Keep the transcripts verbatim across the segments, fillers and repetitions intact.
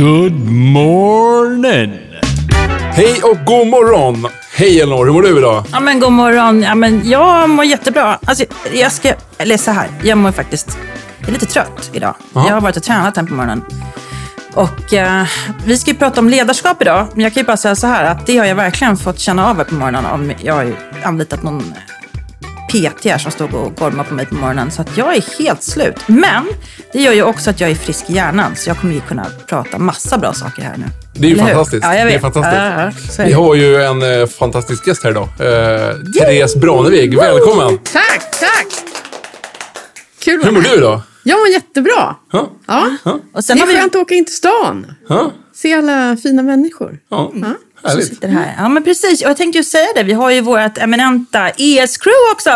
Good morning! Hej och god morgon! Hej Elinor, hur mår du idag? Ja men god morgon, ja men jag mår jättebra. Alltså jag ska läsa här, jag mår faktiskt, jag är lite trött idag. Aha. Jag har varit och tränat här på morgonen. Och eh, vi ska ju prata om ledarskap idag. Men jag kan ju bara säga så här att det har jag verkligen fått känna av här på morgonen. Om jag har ju anlitat någon P T här som stod och gormade på mig på morgonen. Så att jag är helt slut. Men det gör ju också att jag är frisk i hjärnan. Så jag kommer ju kunna prata massa bra saker här nu. Det är ju fantastiskt. Ja, jag vet. Det är fantastiskt. Ja, ja, vi har ju en eh, fantastisk gäst här idag. Eh, Therese Branevig, välkommen! Tack, tack! Kul. Hur mår du idag? Jag mår jättebra. Ha? Ja. Ha? Och sen det är vi... skönt att åka in till stan. Ha? Se alla fina människor. Ja, ja. Härligt. Sitter här. Ja, men precis. Och jag tänkte ju säga det. Vi har ju vårt eminenta E S-crew också.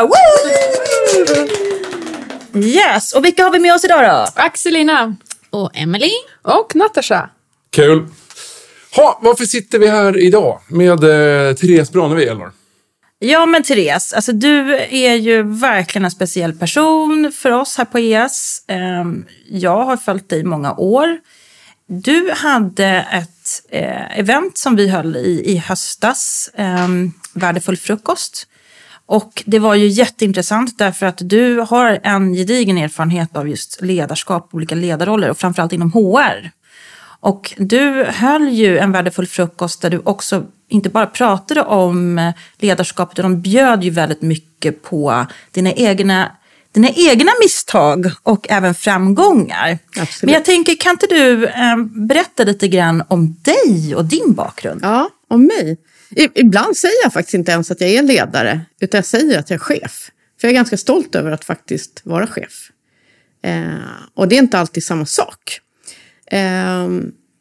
Woo! Yes. Och vilka har vi med oss idag då? Axelina. Och Emily. Och Natasha. Kul. Ha, varför sitter vi här idag med eh, Therese Branevig, eller? Ja, men Therese, alltså du är ju verkligen en speciell person för oss här på E S. Jag har följt dig i många år. Du hade ett eh, event som vi höll i, i höstas, eh, Värdefull frukost. Och det var ju jätteintressant därför att du har en gedigen erfarenhet av just ledarskap, olika ledarroller och framförallt inom H R. Och du höll ju en värdefull frukost där du också inte bara pratade om ledarskap utan de bjöd ju väldigt mycket på dina egna, dina egna misstag och även framgångar. Absolut. Men jag tänker, kan inte du eh, berätta lite grann om dig och din bakgrund? Ja, om mig. I, ibland säger jag faktiskt inte ens att jag är ledare utan jag säger att jag är chef. För jag är ganska stolt över att faktiskt vara chef. Eh, och det är inte alltid samma sak. Eh,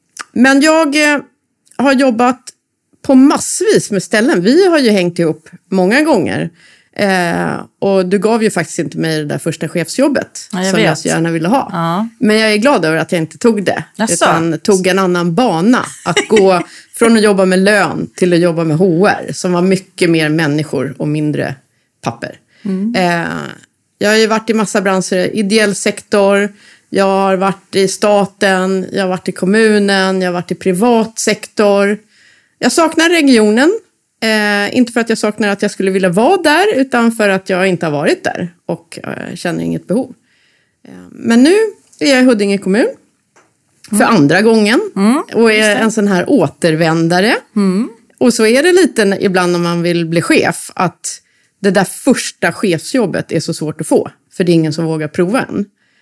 men jag eh, har jobbat på massvis med ställen. Vi har ju hängt ihop många gånger. Eh, och du gav ju faktiskt inte mig det där första chefsjobbet. Ja, jag som vet. jag så gärna ville ha. Ja. Men jag är glad över att jag inte tog det. Jaså? Utan tog en annan bana. Att gå från att jobba med lön till att jobba med H R. Som var mycket mer människor och mindre papper. Mm. Eh, jag har ju varit i massa branscher. Ideell sektor. Jag har varit i staten. Jag har varit i kommunen. Jag har varit i privat sektor. Jag saknar regionen. Eh, inte för att jag saknar att jag skulle vilja vara där. Utan för att jag inte har varit där. Och eh, känner inget behov. Eh, men nu är jag i Huddinge kommun. För mm. andra gången. Mm, och är en sån här återvändare. Mm. Och så är det lite ibland om man vill bli chef. Att det där första chefsjobbet är så svårt att få. För det är ingen som vågar prova än.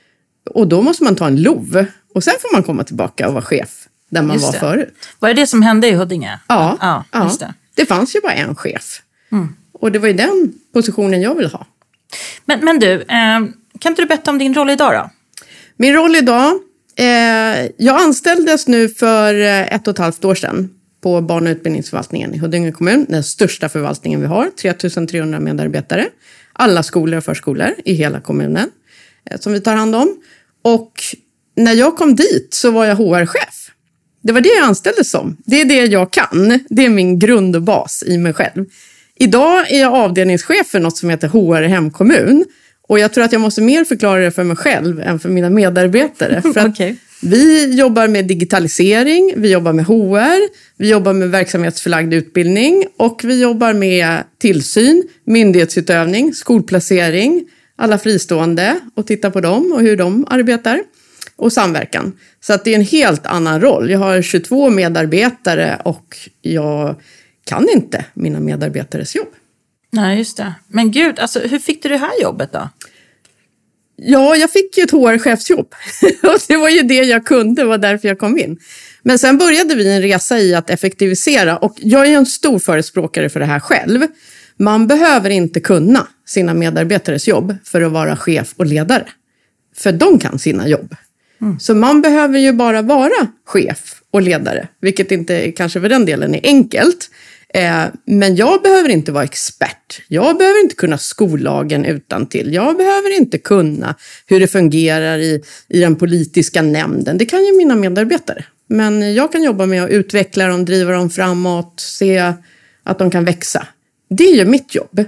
Och då måste man ta en lov. Och sen får man komma tillbaka och vara chef. Där man Just var det. Förut. Var det det som hände i Huddinge? Ja, ja, ja. Just det. Det fanns ju bara en chef. Mm. Och det var ju den positionen jag ville ha. Men, men du, eh, kan inte du berätta om din roll idag då? Min roll idag? Eh, jag anställdes nu för ett och ett halvt år sedan. På barn- och utbildningsförvaltningen i Huddinge kommun. Den största förvaltningen vi har. tre tusen trehundra medarbetare. Alla skolor och förskolor i hela kommunen. Eh, som vi tar hand om. Och när jag kom dit så var jag H R-chef. Det var det jag anställdes som. Det är det jag kan. Det är min grund och bas i mig själv. Idag är jag avdelningschef för något som heter H R hemkommun. Och jag tror att jag måste mer förklara det för mig själv än för mina medarbetare. För att okay. Vi jobbar med digitalisering, vi jobbar med H R, vi jobbar med verksamhetsförlagd utbildning och vi jobbar med tillsyn, myndighetsutövning, skolplacering, alla fristående och titta på dem och hur de arbetar och samverkan. Så att det är en helt annan roll. Jag har tjugotvå medarbetare och jag kan inte mina medarbetares jobb. Nej, just det. Men gud, alltså, hur fick du det här jobbet då? Ja, jag fick ju ett H R-chefsjobb. Och det var ju det jag kunde, det var därför jag kom in. Men sen började vi en resa i att effektivisera. Och jag är en stor förespråkare för det här själv. Man behöver inte kunna sina medarbetares jobb för att vara chef och ledare. För de kan sina jobb. Mm. Så man behöver ju bara vara chef och ledare. Vilket inte kanske för den delen är enkelt. Eh, men jag behöver inte vara expert. Jag behöver inte kunna skollagen utantill. Jag behöver inte kunna hur det fungerar i, i den politiska nämnden. Det kan ju mina medarbetare. Men jag kan jobba med att utveckla dem, driva dem framåt, se att de kan växa. Det är ju mitt jobb.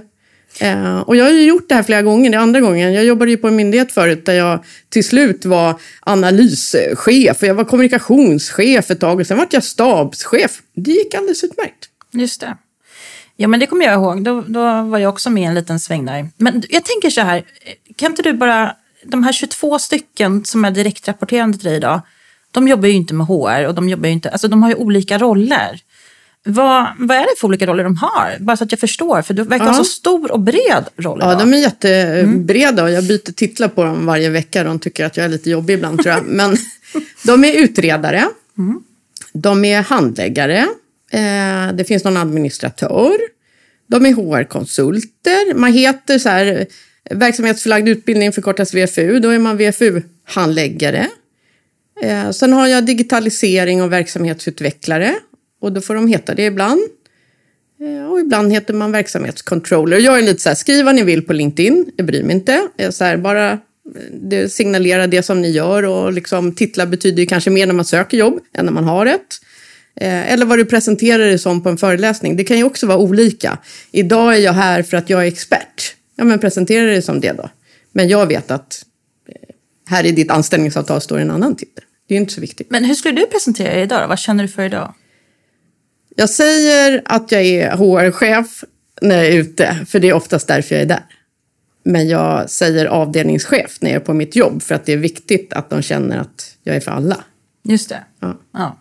Eh, och jag har ju gjort det här flera gånger. Det är andra gången. Jag jobbade ju på en myndighet förut där jag till slut var analyschef. Och jag var kommunikationschef ett tag. Och sen var jag stabschef. Det gick alldeles utmärkt. Just det. Ja, men det kommer jag ihåg. Då, då var jag också med en liten sväng där. Men jag tänker så här. Kan inte du bara... De här tjugotvå stycken som är direktrapporterande till dig idag. De jobbar ju inte med H R. Och de jobbar ju inte... Alltså de har ju olika roller. Vad, vad är det för olika roller de har? Bara så att jag förstår. För du verkar ja. ha så stor och bred roll idag. Ja, de är jättebreda. Och jag byter titlar på dem varje vecka. De tycker att jag är lite jobbig ibland, tror jag. Men de är utredare. Mm. De är handläggare. Eh, det finns någon administratör. De är H R-konsulter. Man heter så här... Verksamhetsförlagd utbildning förkortas V F U. Då är man V F U-handläggare. Eh, sen har jag digitalisering och verksamhetsutvecklare. Och då får de heta det ibland. Eh, och ibland heter man verksamhetscontroller. Jag är lite så här, skriv vad ni vill på LinkedIn. Jag bryr mig inte. Jag så här, bara det signalerar det som ni gör. Och liksom, titlar betyder ju kanske mer när man söker jobb än när man har ett. Eh, eller vad du presenterar det som på en föreläsning. Det kan ju också vara olika. Idag är jag här för att jag är expert. Ja, men presentera det som det då. Men jag vet att här i ditt anställningsavtal står en annan titel. Det är ju inte så viktigt. Men hur skulle du presentera dig idag då? Vad känner du för idag? Jag säger att jag är H R-chef när jag är ute. För det är oftast därför jag är där. Men jag säger avdelningschef när jag är på mitt jobb. För att det är viktigt att de känner att jag är för alla. Just det. Ja. Ja.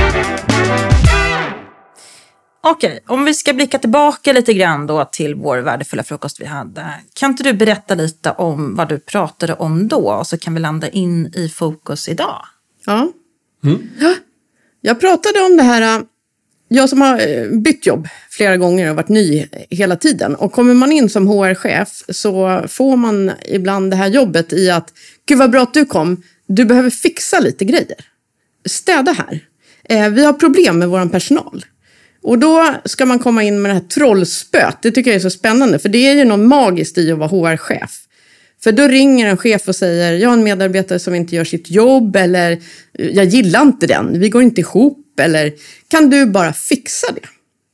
Okej, om vi ska blicka tillbaka lite grann då till vår värdefulla frukost vi hade. Kan inte du berätta lite om vad du pratade om då? Och så kan vi landa in i fokus idag. Ja. Mm. ja. Jag pratade om det här. Jag som har bytt jobb flera gånger och varit ny hela tiden. Och kommer man in som H R-chef så får man ibland det här jobbet i att gud vad bra att du kom. Du behöver fixa lite grejer. Städa här. Eh, vi har problem med vår personal. Och då ska man komma in med det här trollspöt. Det tycker jag är så spännande. För det är ju något magiskt i att vara H R-chef. För då ringer en chef och säger jag har en medarbetare som inte gör sitt jobb. Eller jag gillar inte den. Vi går inte ihop. Eller kan du bara fixa det?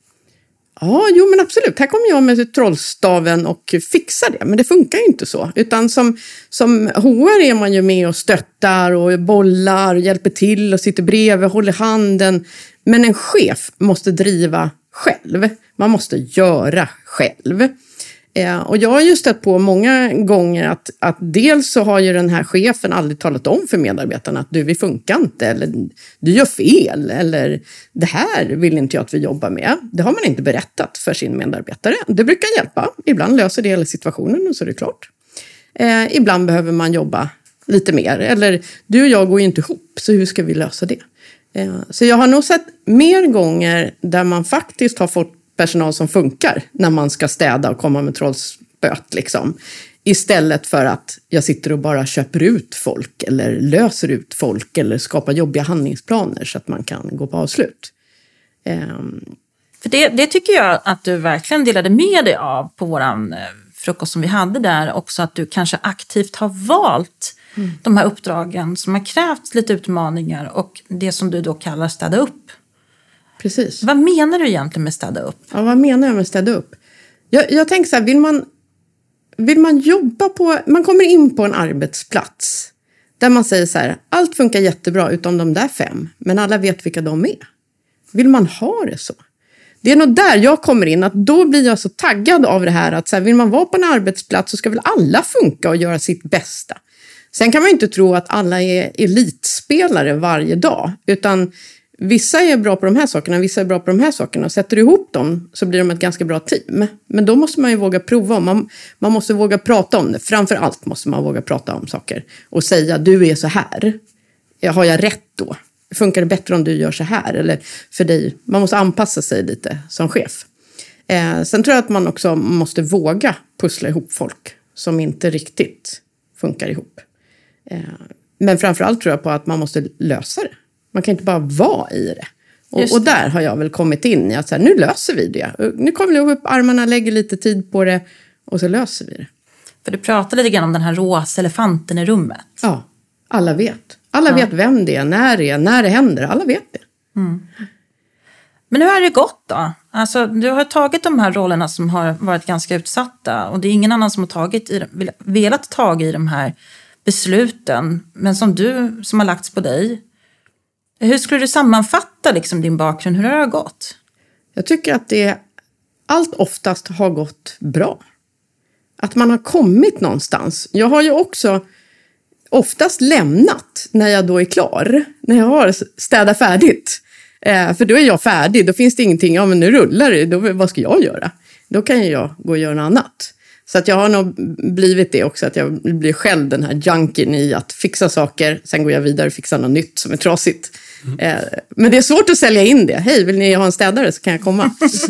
Ja, jo men absolut. Här kommer jag med trollstaven och fixar det. Men det funkar ju inte så. Utan som, som H R är man ju med och stöttar och bollar och hjälper till och sitter bredvid och håller handen. Men en chef måste driva själv. Man måste göra själv. Eh, och jag har ju stött på många gånger att, att dels så har ju den här chefen aldrig talat om för medarbetarna att du, vi funkar inte. Eller du gör fel. Eller det här vill inte jag att vi jobbar med. Det har man inte berättat för sin medarbetare. Det brukar hjälpa. Ibland löser det hela situationen och så är det klart. Eh, ibland behöver man jobba lite mer. Eller du och jag går ju inte ihop, så hur ska vi lösa det? Så jag har nog sett mer gånger där man faktiskt har fått personal som funkar när man ska städa och komma med trollspöt liksom. Istället för att jag sitter och bara köper ut folk eller löser ut folk eller skapar jobbiga handlingsplaner så att man kan gå på avslut. Um. För det, det tycker jag att du verkligen delade med dig av på våran frukost som vi hade där. Också att du kanske aktivt har valt Mm. de här uppdragen som har krävt lite utmaningar och det som du då kallar städa upp. Precis. Vad menar du egentligen med städa upp? Ja, vad menar jag med städa upp? Jag, jag tänker så här, vill man, vill man jobba på, man kommer in på en arbetsplats där man säger så här, allt funkar jättebra utom de där fem, men alla vet vilka de är. Vill man ha det så? Det är nog där jag kommer in, att då blir jag så taggad av det här att så här, vill man vara på en arbetsplats så ska väl alla funka och göra sitt bästa. Sen kan man inte tro att alla är elitspelare varje dag. Utan vissa är bra på de här sakerna, vissa är bra på de här sakerna. Sätter du ihop dem så blir de ett ganska bra team. Men då måste man ju våga prova. Man, man måste våga prata om det. Framför allt måste man våga prata om saker. Och säga, du är så här. Har jag rätt då? Funkar det bättre om du gör så här? Eller för dig, man måste anpassa sig lite som chef. Eh, sen tror jag att man också måste våga pussla ihop folk som inte riktigt funkar ihop. Men framförallt tror jag på att man måste lösa det. Man kan inte bara vara i det. Och, och där har jag väl kommit in i att så här, nu löser vi det. Nu kommer vi upp armarna, lägger lite tid på det och så löser vi det. För du pratade lite grann om den här rosa elefanten i rummet. Ja, alla vet. Alla ja. vet vem det är, när det är, när det händer. Alla vet det. Mm. Men hur har det gått då? Alltså, du har tagit de här rollerna som har varit ganska utsatta. Och det är ingen annan som har tagit i, velat ta i de här besluten. Men som du, som har lagts på dig. Hur skulle du sammanfatta liksom din bakgrund? Hur har det gått? Jag tycker att det allt oftast har gått bra. Att man har kommit någonstans. Jag har ju också oftast lämnat när jag då är klar. När jag har städat färdigt. Eh, för då är jag färdig. Då finns det ingenting. Ja, men nu rullar det. Då, vad ska jag göra? Då kan jag gå och göra något annat. Så att jag har nog blivit det också. Att jag blir själv den här junkien i att fixa saker. Sen går jag vidare och fixar något nytt som är trasigt. Mm. Eh, men det är svårt att sälja in det. Hej, vill ni ha en städare så kan jag komma.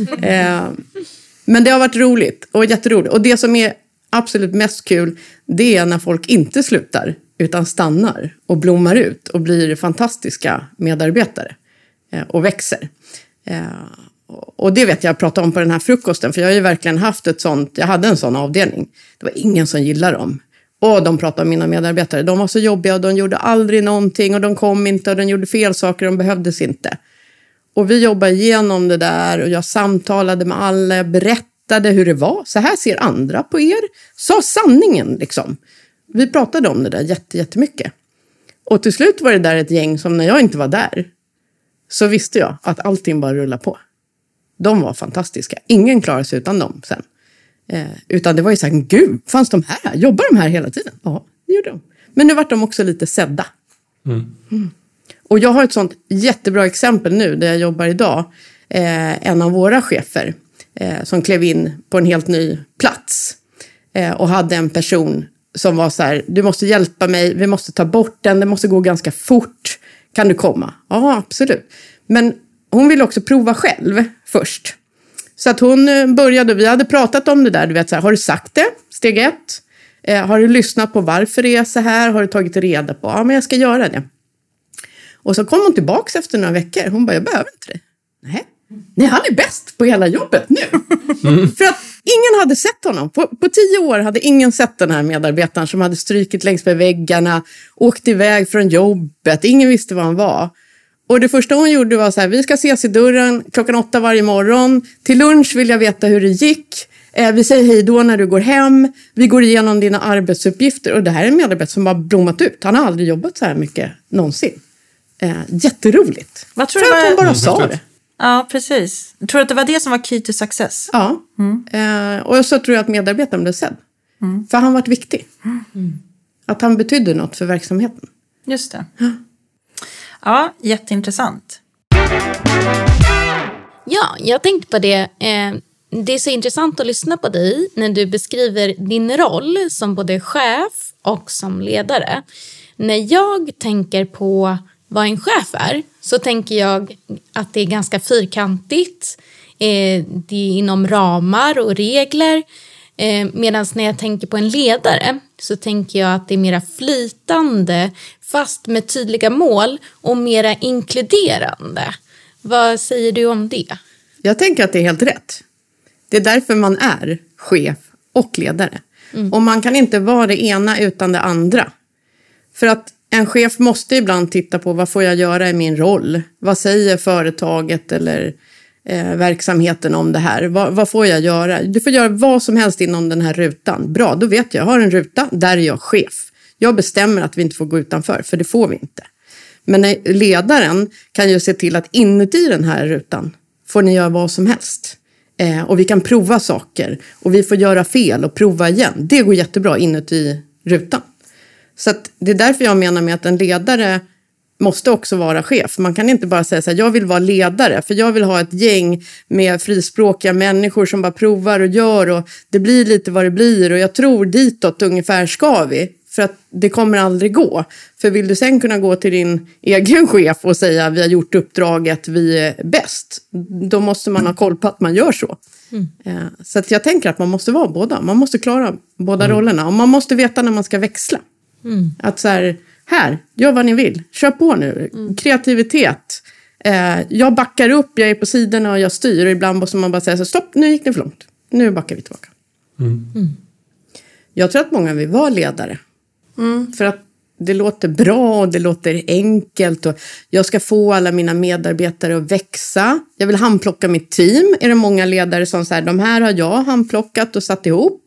eh, men det har varit roligt. Och jätteroligt. Och det som är absolut mest kul. Det är när folk inte slutar. Utan stannar och blommar ut. Och blir fantastiska medarbetare. Eh, och växer. Eh, Och det vet jag, jag pratade om på den här frukosten. För jag har ju verkligen haft ett sånt, jag hade en sån avdelning. Det var ingen som gillade dem. Och de pratade om mina medarbetare. De var så jobbiga och de gjorde aldrig någonting. Och de kom inte och de gjorde fel saker, de behövdes inte. Och vi jobbade igenom det där. Och jag samtalade med alla, berättade hur det var. Så här ser andra på er. Sa sanningen liksom. Vi pratade om det där jätte, jättemycket. Och till slut var det där ett gäng som när jag inte var där. Så visste jag att allting bara rullade på. De var fantastiska. Ingen klarade sig utan dem sen. Eh, utan det var ju så här, gud, fanns de här? Jobbar de här hela tiden? Ja, det gjorde de. Men nu var de också lite sedda. Mm. Mm. Och jag har ett sånt jättebra exempel nu där jag jobbar idag. Eh, en av våra chefer eh, som klev in på en helt ny plats. Eh, och hade en person som var så här, du måste hjälpa mig, vi måste ta bort den, det måste gå ganska fort. Kan du komma? Ja, absolut. Men hon ville också prova själv först. Så att hon började, vi hade pratat om det där, du vet så här, har du sagt det? Steg ett. Eh, har du lyssnat på varför det är så här? Har du tagit reda på? Ja, men jag ska göra det. Och så kom hon tillbaka efter några veckor. Hon bara, jag behöver inte det. Nej, Nej han är bäst på hela jobbet nu. Mm. För att ingen hade sett honom. På, på tio år hade ingen sett den här medarbetaren som hade strykit längs med väggarna, åkt iväg från jobbet. Ingen visste vad han var. Och det första hon gjorde var så här, vi ska ses i dörren klockan åtta varje morgon. Till lunch vill jag veta hur det gick. Eh, vi säger hej då när du går hem. Vi går igenom dina arbetsuppgifter. Och det här är en medarbetare som har blommat ut. Han har aldrig jobbat så här mycket någonsin. Eh, jätteroligt. Vad tror För du att var... hon bara mm, sa det. Ja, precis. Jag tror att det var det som var key to success. Ja. Mm. Eh, och så tror jag att medarbetaren blev sedd. Mm. För han var viktig. Mm. Att han betydde något för verksamheten. Just det. Ja. Ja, jätteintressant. Ja, jag tänkte på det. Det är så intressant att lyssna på dig när du beskriver din roll som både chef och som ledare. När jag tänker på vad en chef är så tänker jag att det är ganska fyrkantigt. Det är inom ramar och regler. Medan när jag tänker på en ledare så tänker jag att det är mera flytande, fast med tydliga mål och mera inkluderande. Vad säger du om det? Jag tänker att det är helt rätt. Det är därför man är chef och ledare. Mm. Och man kan inte vara det ena utan det andra. För att en chef måste ibland titta på vad får jag göra i min roll? Vad säger företaget eller eh, verksamheten om det här? Vad, vad får jag göra? Du får göra vad som helst inom den här rutan. Bra, då vet jag. Jag har en ruta, där är jag chef. Jag bestämmer att vi inte får gå utanför, för det får vi inte. Men ledaren kan ju se till att inuti den här rutan får ni göra vad som helst. Eh, och vi kan prova saker. Och vi får göra fel och prova igen. Det går jättebra inuti rutan. Så att det är därför jag menar med att en ledare måste också vara chef. Man kan inte bara säga så här, jag vill vara ledare. För jag vill ha ett gäng med frispråkiga människor som bara provar och gör. Och det blir lite vad det blir. Och jag tror ditåt ungefär ska vi. För att det kommer aldrig gå. För vill du sen kunna gå till din egen chef och säga vi har gjort uppdraget, vi är bäst. Då måste man ha koll på att man gör så. Mm. Så att jag tänker att man måste vara båda. Man måste klara båda mm. rollerna. Och man måste veta när man ska växla. Mm. Att så här, här, gör vad ni vill. Kör på nu. Mm. Kreativitet. Jag backar upp, jag är på sidorna och jag styr. Och ibland måste man bara säga så stopp, nu gick det för långt. Nu backar vi tillbaka. Mm. Mm. Jag tror att många vill vara ledare. Mm. För att det låter bra och det låter enkelt. Och jag ska få alla mina medarbetare att växa. Jag vill handplocka mitt team. Är det många ledare som säger, de här har jag handplockat och satt ihop.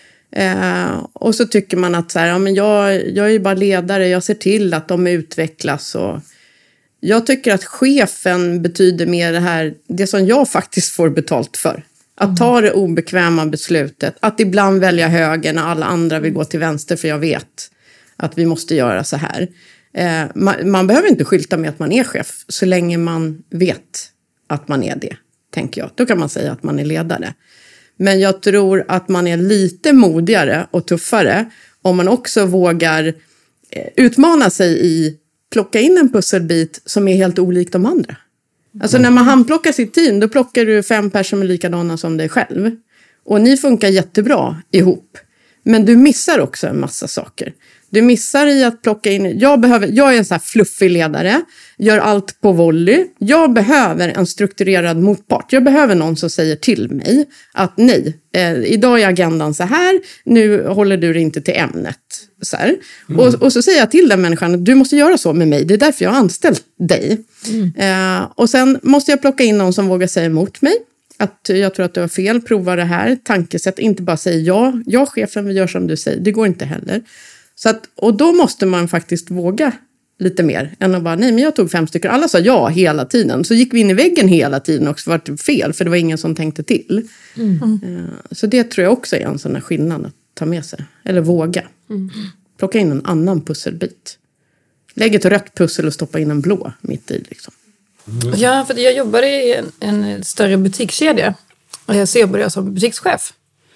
Eh, och så tycker man att så här, ja, men jag, jag är ju bara ledare. Jag ser till att de utvecklas. Och jag tycker att chefen betyder mer det här, det som jag faktiskt får betalt för. Att ta det obekväma beslutet. Att ibland välja höger när alla andra vill gå till vänster, för jag vet att vi måste göra så här. Eh, man, man behöver inte skylta med att man är chef så länge man vet att man är det, tänker jag. Då kan man säga att man är ledare. Men jag tror att man är lite modigare och tuffare om man också vågar eh, utmana sig i plocka in en pusselbit som är helt olik de andra. Alltså när man handplockar sitt team, då plockar du fem personer som är likadana som dig själv. Och ni funkar jättebra ihop. Men du missar också en massa saker. Du missar i att plocka in... Jag, behöver, jag är en sån här fluffig ledare. Gör allt på volley. Jag behöver en strukturerad motpart. Jag behöver någon som säger till mig att nej, eh, idag är agendan så här. Nu håller du dig inte till ämnet. Så här. Mm. Och, och så säger jag till den människan att du måste göra så med mig. Det är därför jag har anställt dig. Mm. Eh, och sen måste jag plocka in någon som vågar säga emot mig. Att jag tror att du har fel, prova det här. Tankesätt, inte bara säga ja. Jag chefen, vi gör som du säger. Det går inte heller. Så att, och då måste man faktiskt våga lite mer än att bara, nej men jag tog fem stycken. Alla sa ja hela tiden. Så gick vi in i väggen hela tiden och så var det fel. För det var ingen som tänkte till. Mm. Så det tror jag också är en sån här skillnad att ta med sig. Eller våga. Mm. Plocka in en annan pusselbit. Lägg ett rött pussel och stoppa in en blå mitt i liksom. Mm. Ja, för jag jobbar i en, en större butikskedja. Och jag så jobbade jag som butikschef.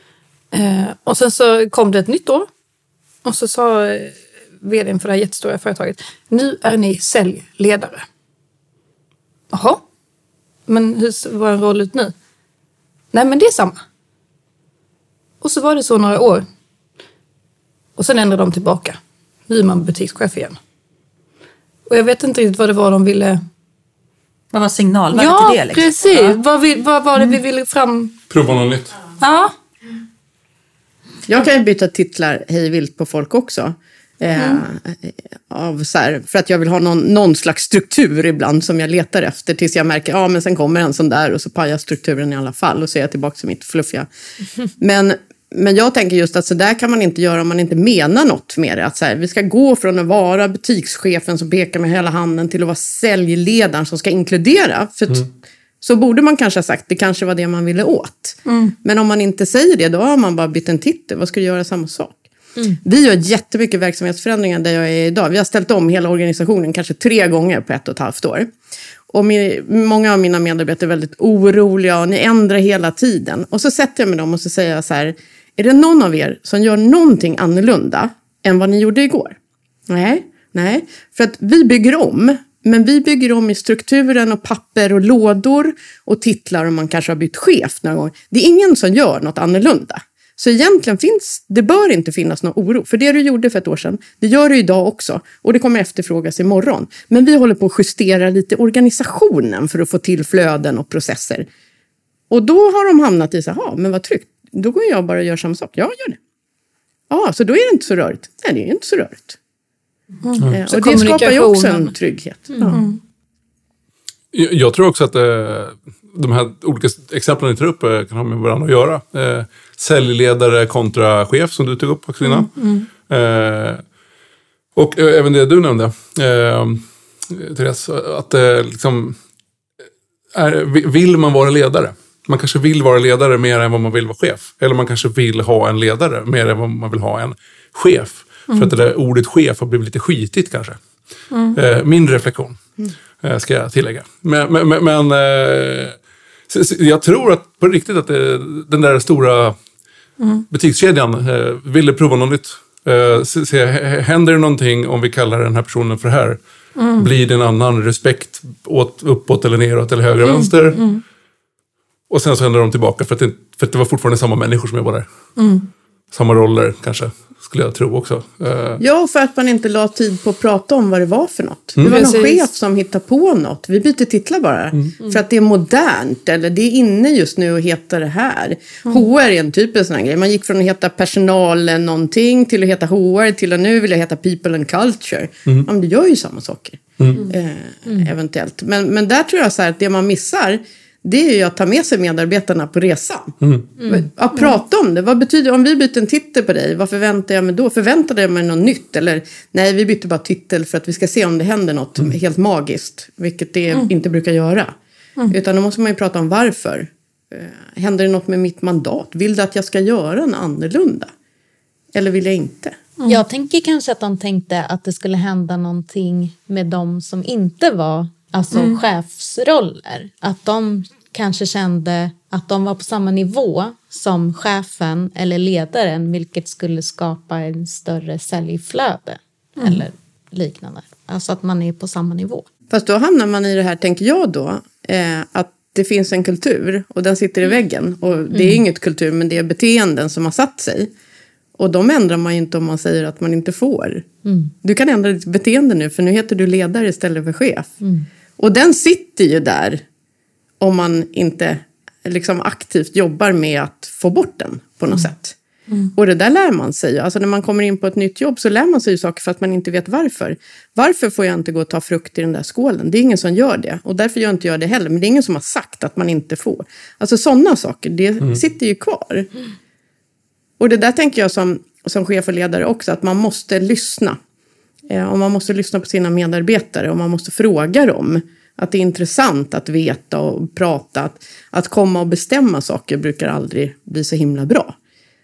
Eh, och sen så kom det ett nytt år. Och så sa vdn för det här jättestora företaget, nu är ni säljledare. Jaha. Men hur ser vår roll ut nu? Nej, men det är samma. Och så var det så några år. Och sen ändrade de tillbaka. Nu är man butikschef igen. Och jag vet inte riktigt vad det var de ville... Vad var signalvärdet ja, till det? Liksom? Precis. Ja, precis. Vad, vi, vad var det vi ville fram... Prova något nytt. Ja. Jag kan ju byta titlar hej vilt på folk också. Eh, mm. av så här, för att jag vill ha någon, någon slags struktur ibland som jag letar efter. Tills jag märker, ja men sen kommer en sån där och så pajar strukturen i alla fall. Och så är jag tillbaka till mitt fluffiga. Mm. Men, men jag tänker just att så där kan man inte göra om man inte menar något med det. Att så här, vi ska gå från att vara butikschefen som pekar med hela handen till att vara säljledaren som ska inkludera. För mm. så borde man kanske ha sagt, det kanske var det man ville åt. Mm. Men om man inte säger det, då har man bara bytt en titel. Vad ska du göra samma sak? Mm. Vi gör jättemycket verksamhetsförändringar där jag är idag. Vi har ställt om hela organisationen kanske tre gånger på ett och ett halvt år. Och min, många av mina medarbetare är väldigt oroliga och ni ändrar hela tiden. Och så sätter jag med dem och så säger jag så här, är det någon av er som gör någonting annorlunda än vad ni gjorde igår? Nej, nej. För att vi bygger om. Men vi bygger om i strukturen och papper och lådor och titlar och man kanske har bytt chef några gånger. Det är ingen som gör något annorlunda. Så egentligen finns, det bör inte finnas någon oro. För det du gjorde för ett år sedan, det gör du idag också. Och det kommer efterfrågas imorgon. Men vi håller på att justera lite organisationen för att få till flöden och processer. Och då har de hamnat i så här, men vad tryggt. Då går jag bara och gör samma sak. Ja, gör det. Ja, så då är det inte så rörigt. Nej, det är inte så rörigt. Mm. Mm. Och det skapar ju också en trygghet. Mm. Ja. Jag, jag tror också att eh, de här olika exemplen ni tar upp eh, kan ha med varandra att göra. Eh, säljledare kontra chef som du tog upp också innan. Mm. Mm. Eh, och eh, även det du nämnde, eh, Therese, att eh, liksom, är, vill man vara ledare? Man kanske vill vara ledare mer än vad man vill vara chef. Eller man kanske vill ha en ledare mer än vad man vill ha en chef. Mm. För att det där ordet chef har blivit lite skitigt kanske. Mm. Eh, min reflektion eh, ska jag tillägga. Men, men, men eh, så, så, jag tror att på riktigt att det, den där stora mm. butikskedjan eh, ville prova något nytt. Eh, se, se, händer det någonting om vi kallar den här personen för här? Mm. Blir det en annan respekt åt, uppåt eller neråt eller höger och mm. vänster? Mm. Och sen så händer de tillbaka för att, det, för att det var fortfarande samma människor som jobbade där. Mm. samma roller kanske, skulle jag tro också. Eh, Ja, för att man inte la tid på att prata om vad det var för något. Mm. Det var någon Precis. chef som hittade på något. Vi byter titlar bara. Mm. För att det är modernt. Eller det är inne just nu att heta det här. Mm. H R är en typisk sån här grej. Man gick från att heta personal någonting till att heta H R till att nu vill jag heta people and culture. Mm. Ja, men det gör ju samma saker. Eh, eventuellt. Men, men där tror jag så här att det man missar, det är ju att ta med sig medarbetarna på resan. Mm. Att prata om det. Vad betyder, om vi byter en titel på dig, vad förväntar jag mig då? Förväntade jag mig något nytt? Eller nej, vi byter bara titel för att vi ska se om det händer något helt magiskt. Vilket det inte brukar göra. Utan då måste man ju prata om varför. Eh, händer det något med mitt mandat? Vill du att jag ska göra något annorlunda? Eller vill jag inte? Jag tänker kanske att de tänkte att det skulle hända någonting med de som inte var alltså Mm. chefsroller. Att de kanske kände att de var på samma nivå som chefen eller ledaren, vilket skulle skapa en större säljflöde Mm. eller liknande. Alltså att man är på samma nivå. Fast då hamnar man i det här, tänker jag då, eh, att det finns en kultur och den sitter i väggen. Och det är inget kultur, men det är beteenden som har satt sig. Och de ändrar man ju inte om man säger att man inte får. Du kan ändra ditt beteende nu, för nu heter du ledare istället för chef. Och den sitter ju där om man inte liksom aktivt jobbar med att få bort den på något sätt. Och det där lär man sig. Alltså när man kommer in på ett nytt jobb så lär man sig ju saker för att man inte vet varför. Varför får jag inte gå och ta frukt i den där skålen? Det är ingen som gör det. Och därför gör inte jag det heller. Men det är ingen som har sagt att man inte får. Alltså sådana saker, det sitter ju kvar. Och det där tänker jag som, som chef och ledare också. Att man måste lyssna. Eh, och man måste lyssna på sina medarbetare. Och man måste fråga dem. Att det är intressant att veta och prata. Att, att komma och bestämma saker brukar aldrig bli så himla bra.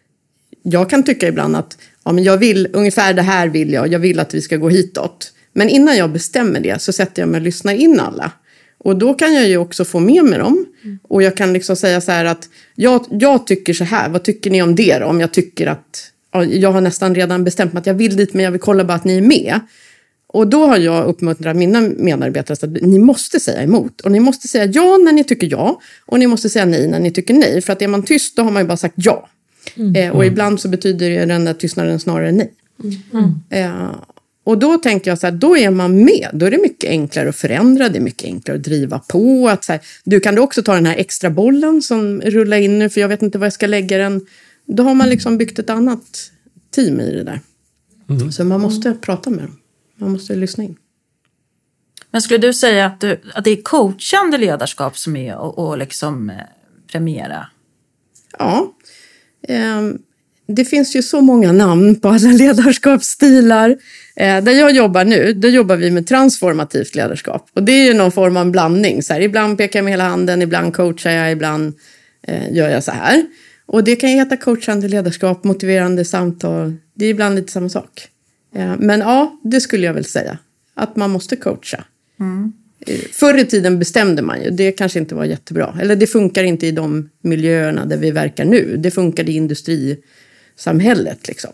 Jag kan tycka ibland att ja, men jag vill, ungefär det här vill jag. Jag vill att vi ska gå hitåt. Men innan jag bestämmer det så sätter jag mig och lyssnar in alla. Och då kan jag ju också få med mig dem. Och jag kan liksom säga så här att jag, jag tycker så här. Vad tycker ni om det då? Om jag tycker att ja, jag har nästan redan bestämt mig att jag vill dit, men jag vill kolla bara att ni är med. Och då har jag uppmuntrat mina medarbetare att ni måste säga emot. Och ni måste säga ja när ni tycker ja. Och ni måste säga nej när ni tycker nej. För att är man tyst då har man ju bara sagt ja. Mm. Eh, och ibland så betyder ju den där tystnaden snarare nej. Mm. Eh, och då tänker jag så här, då är man med. Då är det mycket enklare att förändra. Det är mycket enklare att driva på. Att så här, du kan du också ta den här extra bollen som rullar in nu. För jag vet inte var jag ska lägga den. Då har man liksom byggt ett annat team i det där. Mm. Så man måste prata med dem. Man måste lyssna in. Men skulle du säga att, du, att det är coachande ledarskap som är och, och liksom eh, premiera? Ja. Eh, det finns ju så många namn på alla ledarskapsstilar. Eh, där jag jobbar nu, då jobbar vi med transformativt ledarskap. Och det är ju någon form av blandning. Så här, ibland pekar jag med hela handen, ibland coachar jag, ibland eh, gör jag så här. Och det kan ju heta coachande ledarskap, motiverande samtal. Det är ibland lite samma sak. Men ja, det skulle jag väl säga. Att man måste coacha. Mm. Förr i tiden bestämde man ju. Det kanske inte var jättebra. Eller det funkar inte i de miljöerna där vi verkar nu. Det funkar i industrisamhället liksom.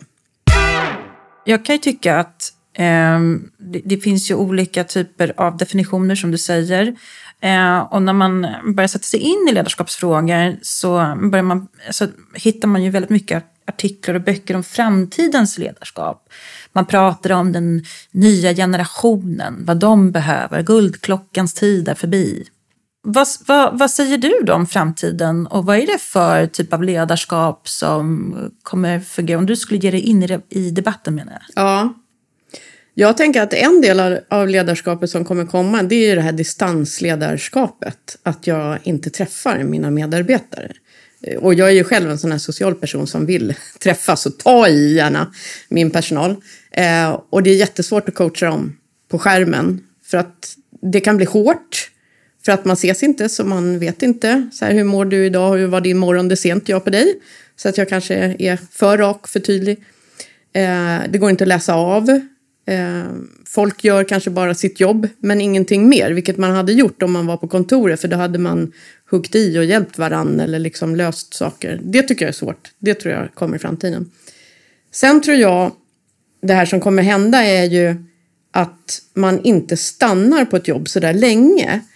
Jag kan ju tycka att eh, det, det finns ju olika typer av definitioner som du säger. Eh, och när man börjar sätta sig in i ledarskapsfrågor så börjar man, så hittar man ju väldigt mycket artiklar och böcker om framtidens ledarskap. Man pratar om den nya generationen, vad de behöver. Guldklockans tid är förbi. Vad, vad, vad säger du då om framtiden? Och vad är det för typ av ledarskap som kommer fungera? Om du skulle ge dig in i, i debatten menar jag. Ja. Jag tänker att en del av ledarskapet som kommer komma, det är ju det här distansledarskapet. Att jag inte träffar mina medarbetare. Och jag är ju själv en sån här social person som vill träffas och ta i gärna min personal. Eh, och det är jättesvårt att coacha dem på skärmen. För att det kan bli hårt. För att man ses inte så man vet inte. Så här, hur mår du idag? Hur var din morgon? Det ser inte jag på dig. Så att jag kanske är för rak, för tydlig. Eh, det går inte att läsa av. Eh, folk gör kanske bara sitt jobb men ingenting mer, vilket man hade gjort om man var på kontoret, för då hade man huggt i och hjälpt varann eller liksom löst saker. Det tycker jag är svårt. Det tror jag kommer i framtiden. Sen tror jag det här som kommer hända är ju att man inte stannar på ett jobb så där länge.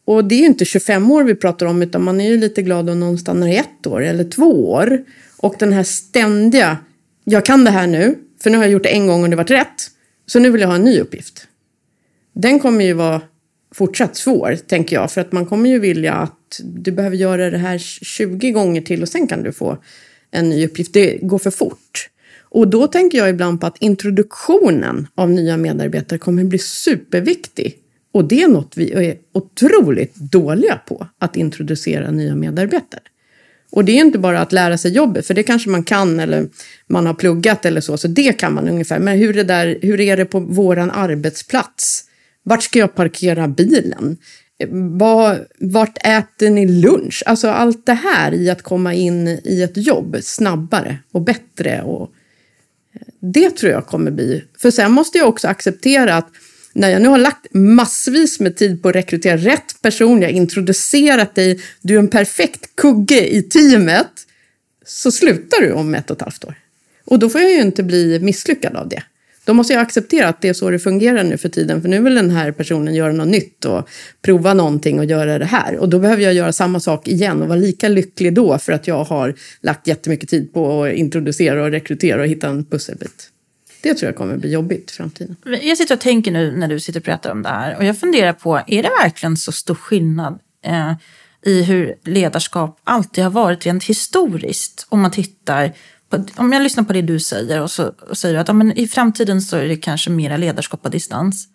Och det är ju inte tjugofem år vi pratar om, utan man är ju lite glad om någon stannar i ett år eller två år. Och den här ständiga, jag kan det här nu, för nu har jag gjort det en gång och det varit rätt. Så nu vill jag ha en ny uppgift. Den kommer ju vara fortsatt svår, tänker jag. För att man kommer ju vilja att du behöver göra det här tjugo gånger till och sen kan du få en ny uppgift. Det går för fort. Och då tänker jag ibland på att introduktionen av nya medarbetare kommer bli superviktig. Och det är något vi är otroligt dåliga på, att introducera nya medarbetare. Och det är inte bara att lära sig jobbet, för det kanske man kan eller man har pluggat eller så, så det kan man ungefär. Men hur är det, där, hur är det på våran arbetsplats? Vart ska jag parkera bilen? Var, vart äter ni lunch? Alltså allt det här i att komma in i ett jobb snabbare och bättre. Och det tror jag kommer bli. För sen måste jag också acceptera att när jag nu har lagt massvis med tid på att rekrytera rätt person, jag har introducerat dig, du är en perfekt kugge i teamet, så slutar du om ett och ett halvt år. Och då får jag ju inte bli misslyckad av det. Då måste jag acceptera att det är så det fungerar nu för tiden. För nu vill den här personen göra något nytt och prova någonting och göra det här. Och då behöver jag göra samma sak igen och vara lika lycklig då för att jag har lagt jättemycket tid på att introducera och rekrytera och hitta en pusselbit. Det tror jag kommer bli jobbigt i framtiden. Jag sitter och tänker nu när du sitter och pratar om det här. Och jag funderar på, är det verkligen så stor skillnad eh, i hur ledarskap alltid har varit rent historiskt? Om man tittar, på, om jag lyssnar på det du säger och så och säger att ja, men i framtiden så är det kanske mera ledarskap på distans.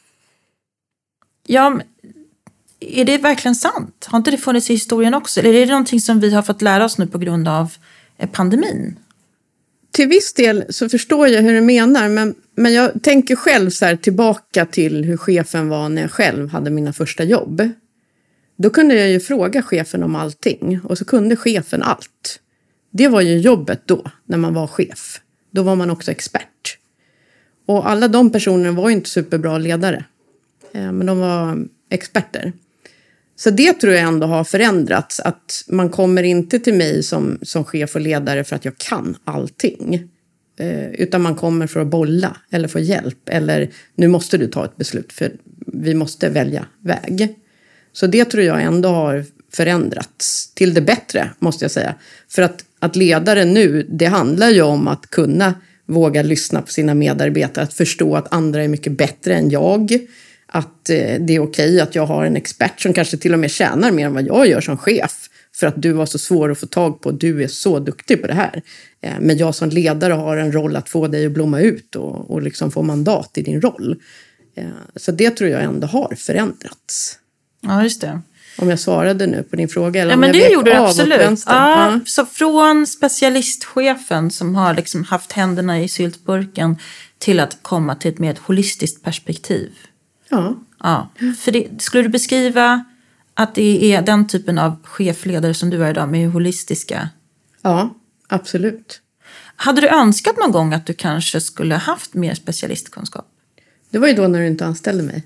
Ja, är det verkligen sant? Har inte det funnits i historien också? Eller är det någonting som vi har fått lära oss nu på grund av eh, pandemin? Till viss del så förstår jag hur du menar, men, men jag tänker själv så här tillbaka till hur chefen var när jag själv hade mina första jobb. Då kunde jag ju fråga chefen om allting och så kunde chefen allt. Det var ju jobbet då, när man var chef. Då var man också expert. Och alla de personerna var ju inte superbra ledare, men de var experter. Så det tror jag ändå har förändrats. Att man kommer inte till mig som, som chef och ledare för att jag kan allting. Eh, utan man kommer för att bolla eller få hjälp. Eller nu måste du ta ett beslut för vi måste välja väg. Så det tror jag ändå har förändrats till det bättre, måste jag säga. För att, att ledare nu, det handlar ju om att kunna våga lyssna på sina medarbetare. Att förstå att andra är mycket bättre än jag. Att det är okej att jag har en expert som kanske till och med tjänar mer än vad jag gör som chef. För att du var så svår att få tag på. Du är så duktig på det här. Men jag som ledare har en roll att få dig att blomma ut. Och, och liksom få mandat i din roll. Så det tror jag ändå har förändrats. Ja, just det. Om jag svarade nu på din fråga. Eller ja, om men jag det gjorde du absolut. Ja, ja. Så från specialistchefen som har liksom haft händerna i syltburken till att komma till ett mer holistiskt perspektiv. Ja. Ja. För det, skulle du beskriva att det är den typen av chefledare som du är idag med holistiska? Ja, absolut. Hade du önskat någon gång att du kanske skulle haft mer specialistkunskap? Det var ju då när du inte anställde mig.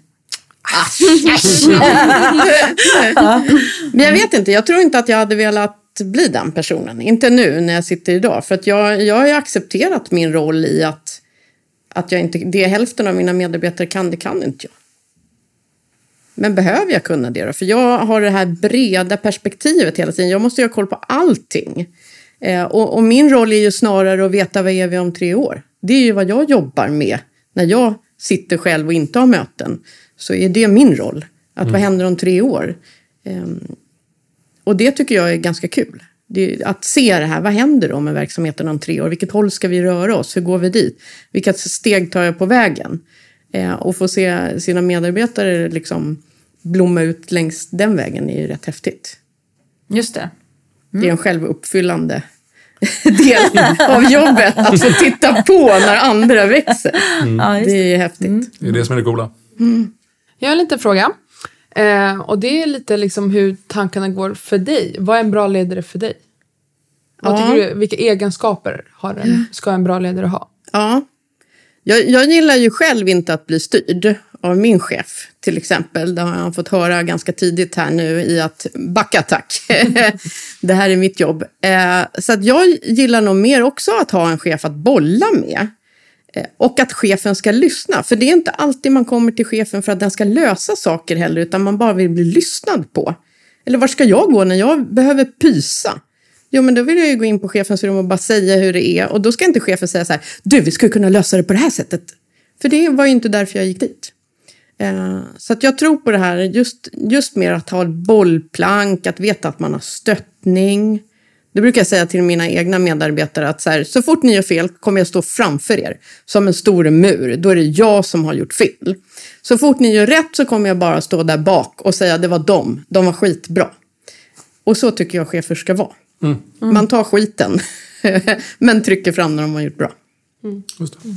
Men jag vet inte, jag tror inte att jag hade velat bli den personen. Inte nu när jag sitter idag. För att jag, jag har ju accepterat min roll i att, att jag inte, det hälften av mina medarbetare kan, det kan inte jag. Men behöver jag kunna det då? För jag har det här breda perspektivet hela tiden. Jag måste ju ha koll på allting. Eh, och, och min roll är ju snarare att veta vad är vi om tre år. Det är ju vad jag jobbar med när jag sitter själv och inte har möten. Så är det min roll. Att mm. vad händer om tre år? Um, och det tycker jag är ganska kul. Det är att se det här. Vad händer då med verksamheten om tre år? Vilket håll ska vi röra oss? Hur går vi dit? Vilka steg tar jag på vägen? Uh, och få se sina medarbetare liksom blomma ut längs den vägen är ju rätt häftigt. Just det. Mm. Det är en självuppfyllande del av jobbet. Att få titta på när andra växer. Mm. Ja, det är häftigt. Mm. Det är det som är det coola. Mm. Jag har en liten fråga. Eh, och det är lite liksom hur tankarna går för dig. Vad är en bra ledare för dig? Vad ja. tycker du, vilka egenskaper har en, ska en bra ledare ha? Ja, jag, jag gillar ju själv inte att bli styrd av min chef till exempel. Det har jag fått höra ganska tidigt här nu i att backa tack. Det här är mitt jobb. Eh, så att jag gillar nog mer också att ha en chef att bolla med. Och att chefen ska lyssna. För det är inte alltid man kommer till chefen för att den ska lösa saker heller. Utan man bara vill bli lyssnad på. Eller var ska jag gå när jag behöver pysa? Jo, men då vill jag ju gå in på chefens rum och bara säga hur det är. Och då ska inte chefen säga så här: du, vi skulle kunna lösa det på det här sättet. För det var ju inte därför jag gick dit. Eh, så att jag tror på det här. Just, just mer att ha ett bollplank. Att veta att man har stöttning. Det brukar jag säga till mina egna medarbetare att så, här, så fort ni gör fel kommer jag stå framför er som en stor mur. Då är det jag som har gjort fel. Så fort ni gör rätt så kommer jag bara stå där bak och säga det var dem. De var skitbra. Och så tycker jag chefer ska vara. Mm. Mm. Man tar skiten men trycker fram när de har gjort bra. Mm. Just det.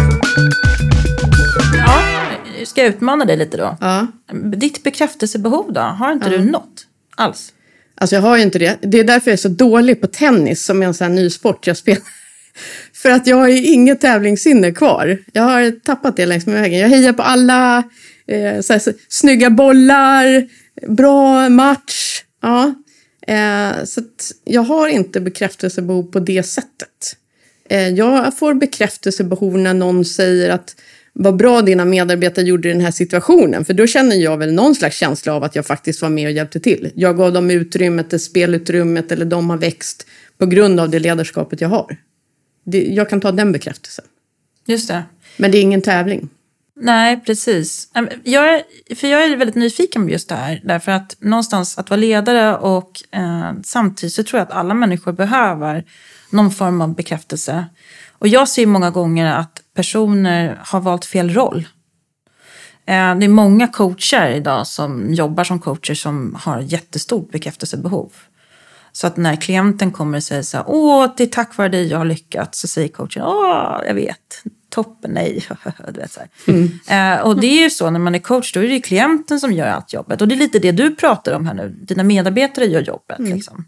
Ja, ska jag utmana dig lite då? Ja. Ditt bekräftelsebehov då? Har inte ja. du något alls? Alltså jag har ju inte det. Det är därför jag är så dålig på tennis som är en sån här ny sport jag spelar. För att jag har ju inget tävlingssinne kvar. Jag har tappat det längs med vägen. Jag hejar på alla eh, så här, så, snygga bollar, bra match. Ja. Eh, så att jag har inte bekräftelsebehov på det sättet. Eh, jag får bekräftelsebehov när någon säger att vad bra dina medarbetare gjorde i den här situationen. För då känner jag väl någon slags känsla av att jag faktiskt var med och hjälpte till. Jag gav dem utrymmet, det spelutrymmet eller de har växt på grund av det ledarskapet jag har. Det, jag kan ta den bekräftelsen. Just det. Men det är ingen tävling. Nej, precis. Jag är, för jag är väldigt nyfiken på just det här. Därför att någonstans att vara ledare och eh, samtidigt så tror jag att alla människor behöver någon form av bekräftelse. Och jag ser många gånger att personer har valt fel roll. Eh, det är många coacher idag som jobbar som coacher som har jättestort bekräftelsebehov. Så att när klienten kommer och säger så här, åh, det är tack vare dig jag har lyckats, så säger coachen, åh, jag vet, toppen, nej. Du vet, så här. Mm. Eh, och det är ju så, när man är coach, då är det ju klienten som gör allt jobbet. Och det är lite det du pratar om här nu, dina medarbetare gör jobbet. Mm. Liksom.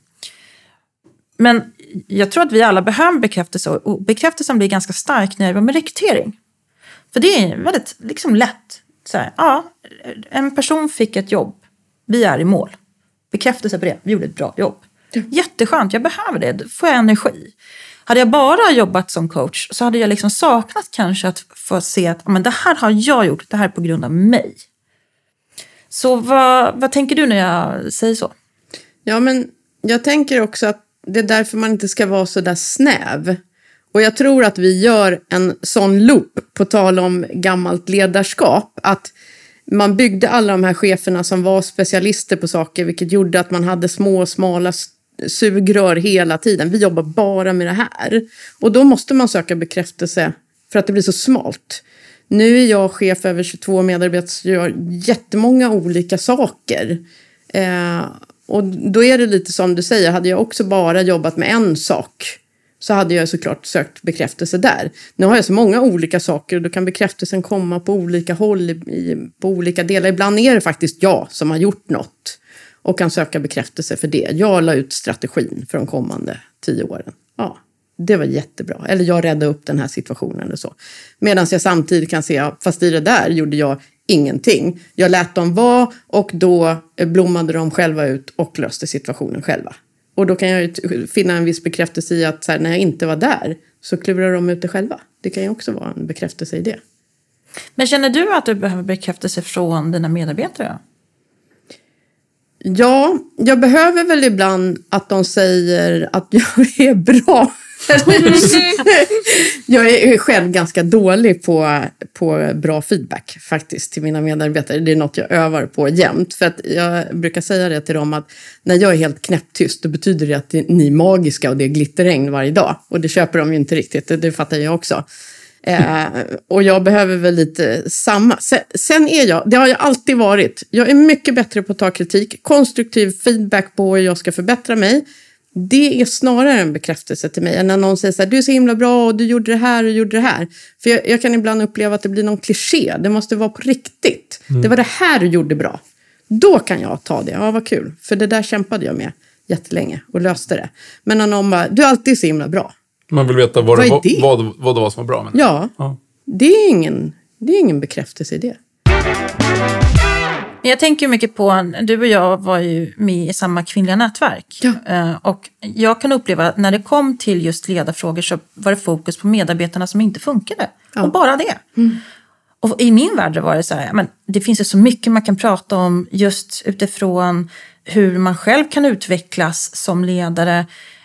Men jag tror att vi alla behöver bekräftelse, och bekräftelsen blir ganska stark när det var med rekrytering. För det är väldigt liksom lätt. Så här, ja, en person fick ett jobb, vi är i mål. Bekräftelse på det, vi gjorde ett bra jobb. Jätteskönt, jag behöver det, då får jag energi. Hade jag bara jobbat som coach så hade jag liksom saknat kanske att få se att men det här har jag gjort, det här är på grund av mig. Så vad, vad tänker du när jag säger så? Ja, men jag tänker också att det är därför man inte ska vara så där snäv. Och jag tror att vi gör en sån loop på tal om gammalt ledarskap. Att man byggde alla de här cheferna som var specialister på saker. Vilket gjorde att man hade små smala sugrör hela tiden. Vi jobbar bara med det här. Och då måste man söka bekräftelse för att det blir så smalt. Nu är jag chef över tjugotvå medarbetare som gör jättemånga olika saker. Eh, och då är det lite som du säger. Hade jag också bara jobbat med en sak så hade jag såklart sökt bekräftelse där. Nu har jag så många olika saker och då kan bekräftelsen komma på olika håll, i, på olika delar. Ibland är det faktiskt jag som har gjort något och kan söka bekräftelse för det. Jag la ut strategin för de kommande tio åren. Ja, det var jättebra. Eller jag räddade upp den här situationen eller så. Medan jag samtidigt kan se, fast i det där gjorde jag ingenting. Jag lät dem vara och då blommade de själva ut och löste situationen själva. Och då kan jag ju finna en viss bekräftelse i att så här, när jag inte var där så klurar de ut det själva. Det kan ju också vara en bekräftelse i det. Men känner du att du behöver bekräftelse från dina medarbetare? Ja, jag behöver väl ibland att de säger att jag är bra. Jag är själv ganska dålig på, på bra feedback faktiskt till mina medarbetare. Det är något jag övar på jämt. För att jag brukar säga det till dem att när jag är helt knäpptyst då betyder det att ni är magiska och det är glitterregn varje dag. Och det köper de ju inte riktigt, det, det fattar jag också. Eh, och jag behöver väl lite samma. Sen, sen är jag, det har jag alltid varit. Jag är mycket bättre på att ta kritik. Konstruktiv feedback på hur jag ska förbättra mig. Det är snarare en bekräftelse till mig än när någon säger så här, du är så himla bra och du gjorde det här och gjorde det här. För jag, jag kan ibland uppleva att det blir någon kliché. Det måste vara på riktigt. Mm. Det var det här du gjorde bra. Då kan jag ta det. Ja, vad kul. För det där kämpade jag med jättelänge och löste det. Men när någon bara, du är alltid så himla bra. Man vill veta vad, vad, det, var, det? vad, vad det var som var bra med det. Ja, ja. Det, är ingen, det är ingen bekräftelse i det. Men jag tänker mycket på, du och jag var ju med i samma kvinnliga nätverk. Ja. Eh, Och jag kan uppleva att när det kom till just ledarfrågor så var det fokus på medarbetarna som inte funkade. Ja. Och bara det. Mm. Och i min värld var det så här, men det finns ju så mycket man kan prata om just utifrån hur man själv kan utvecklas som ledare.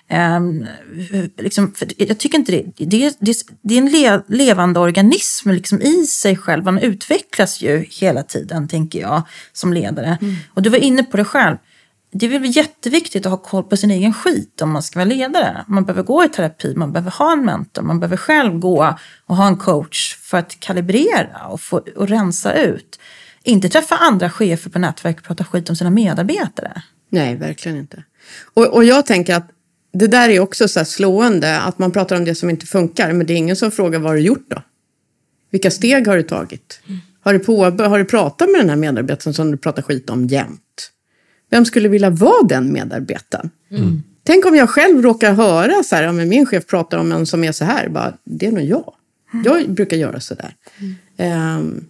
Um, liksom, för jag tycker inte det, det, det, det är en le, levande organism liksom i sig själv. Man utvecklas ju hela tiden, tänker jag, som ledare. Mm. Och du var inne på det själv. Det är väl jätteviktigt att ha koll på sin egen skit om man ska vara ledare. Man behöver gå i terapi, man behöver ha en mentor, man behöver själv gå och ha en coach för att kalibrera och, få, och rensa ut. Inte träffa andra chefer på nätverk och prata skit om sina medarbetare. Nej, verkligen inte. Och, och jag tänker att det där är också så här slående, att man pratar om det som inte funkar, men det är ingen som frågar vad har du gjort då? Vilka steg har du tagit? Mm. Har, du på, har du pratat med den här medarbetaren som du pratar skit om jämt? Vem skulle vilja vara den medarbetaren? Mm. Tänk om jag själv råkar höra så här, om min chef pratar om en som är så här, bara, det är nog jag. Mm. Jag brukar göra så där. Mm. Um,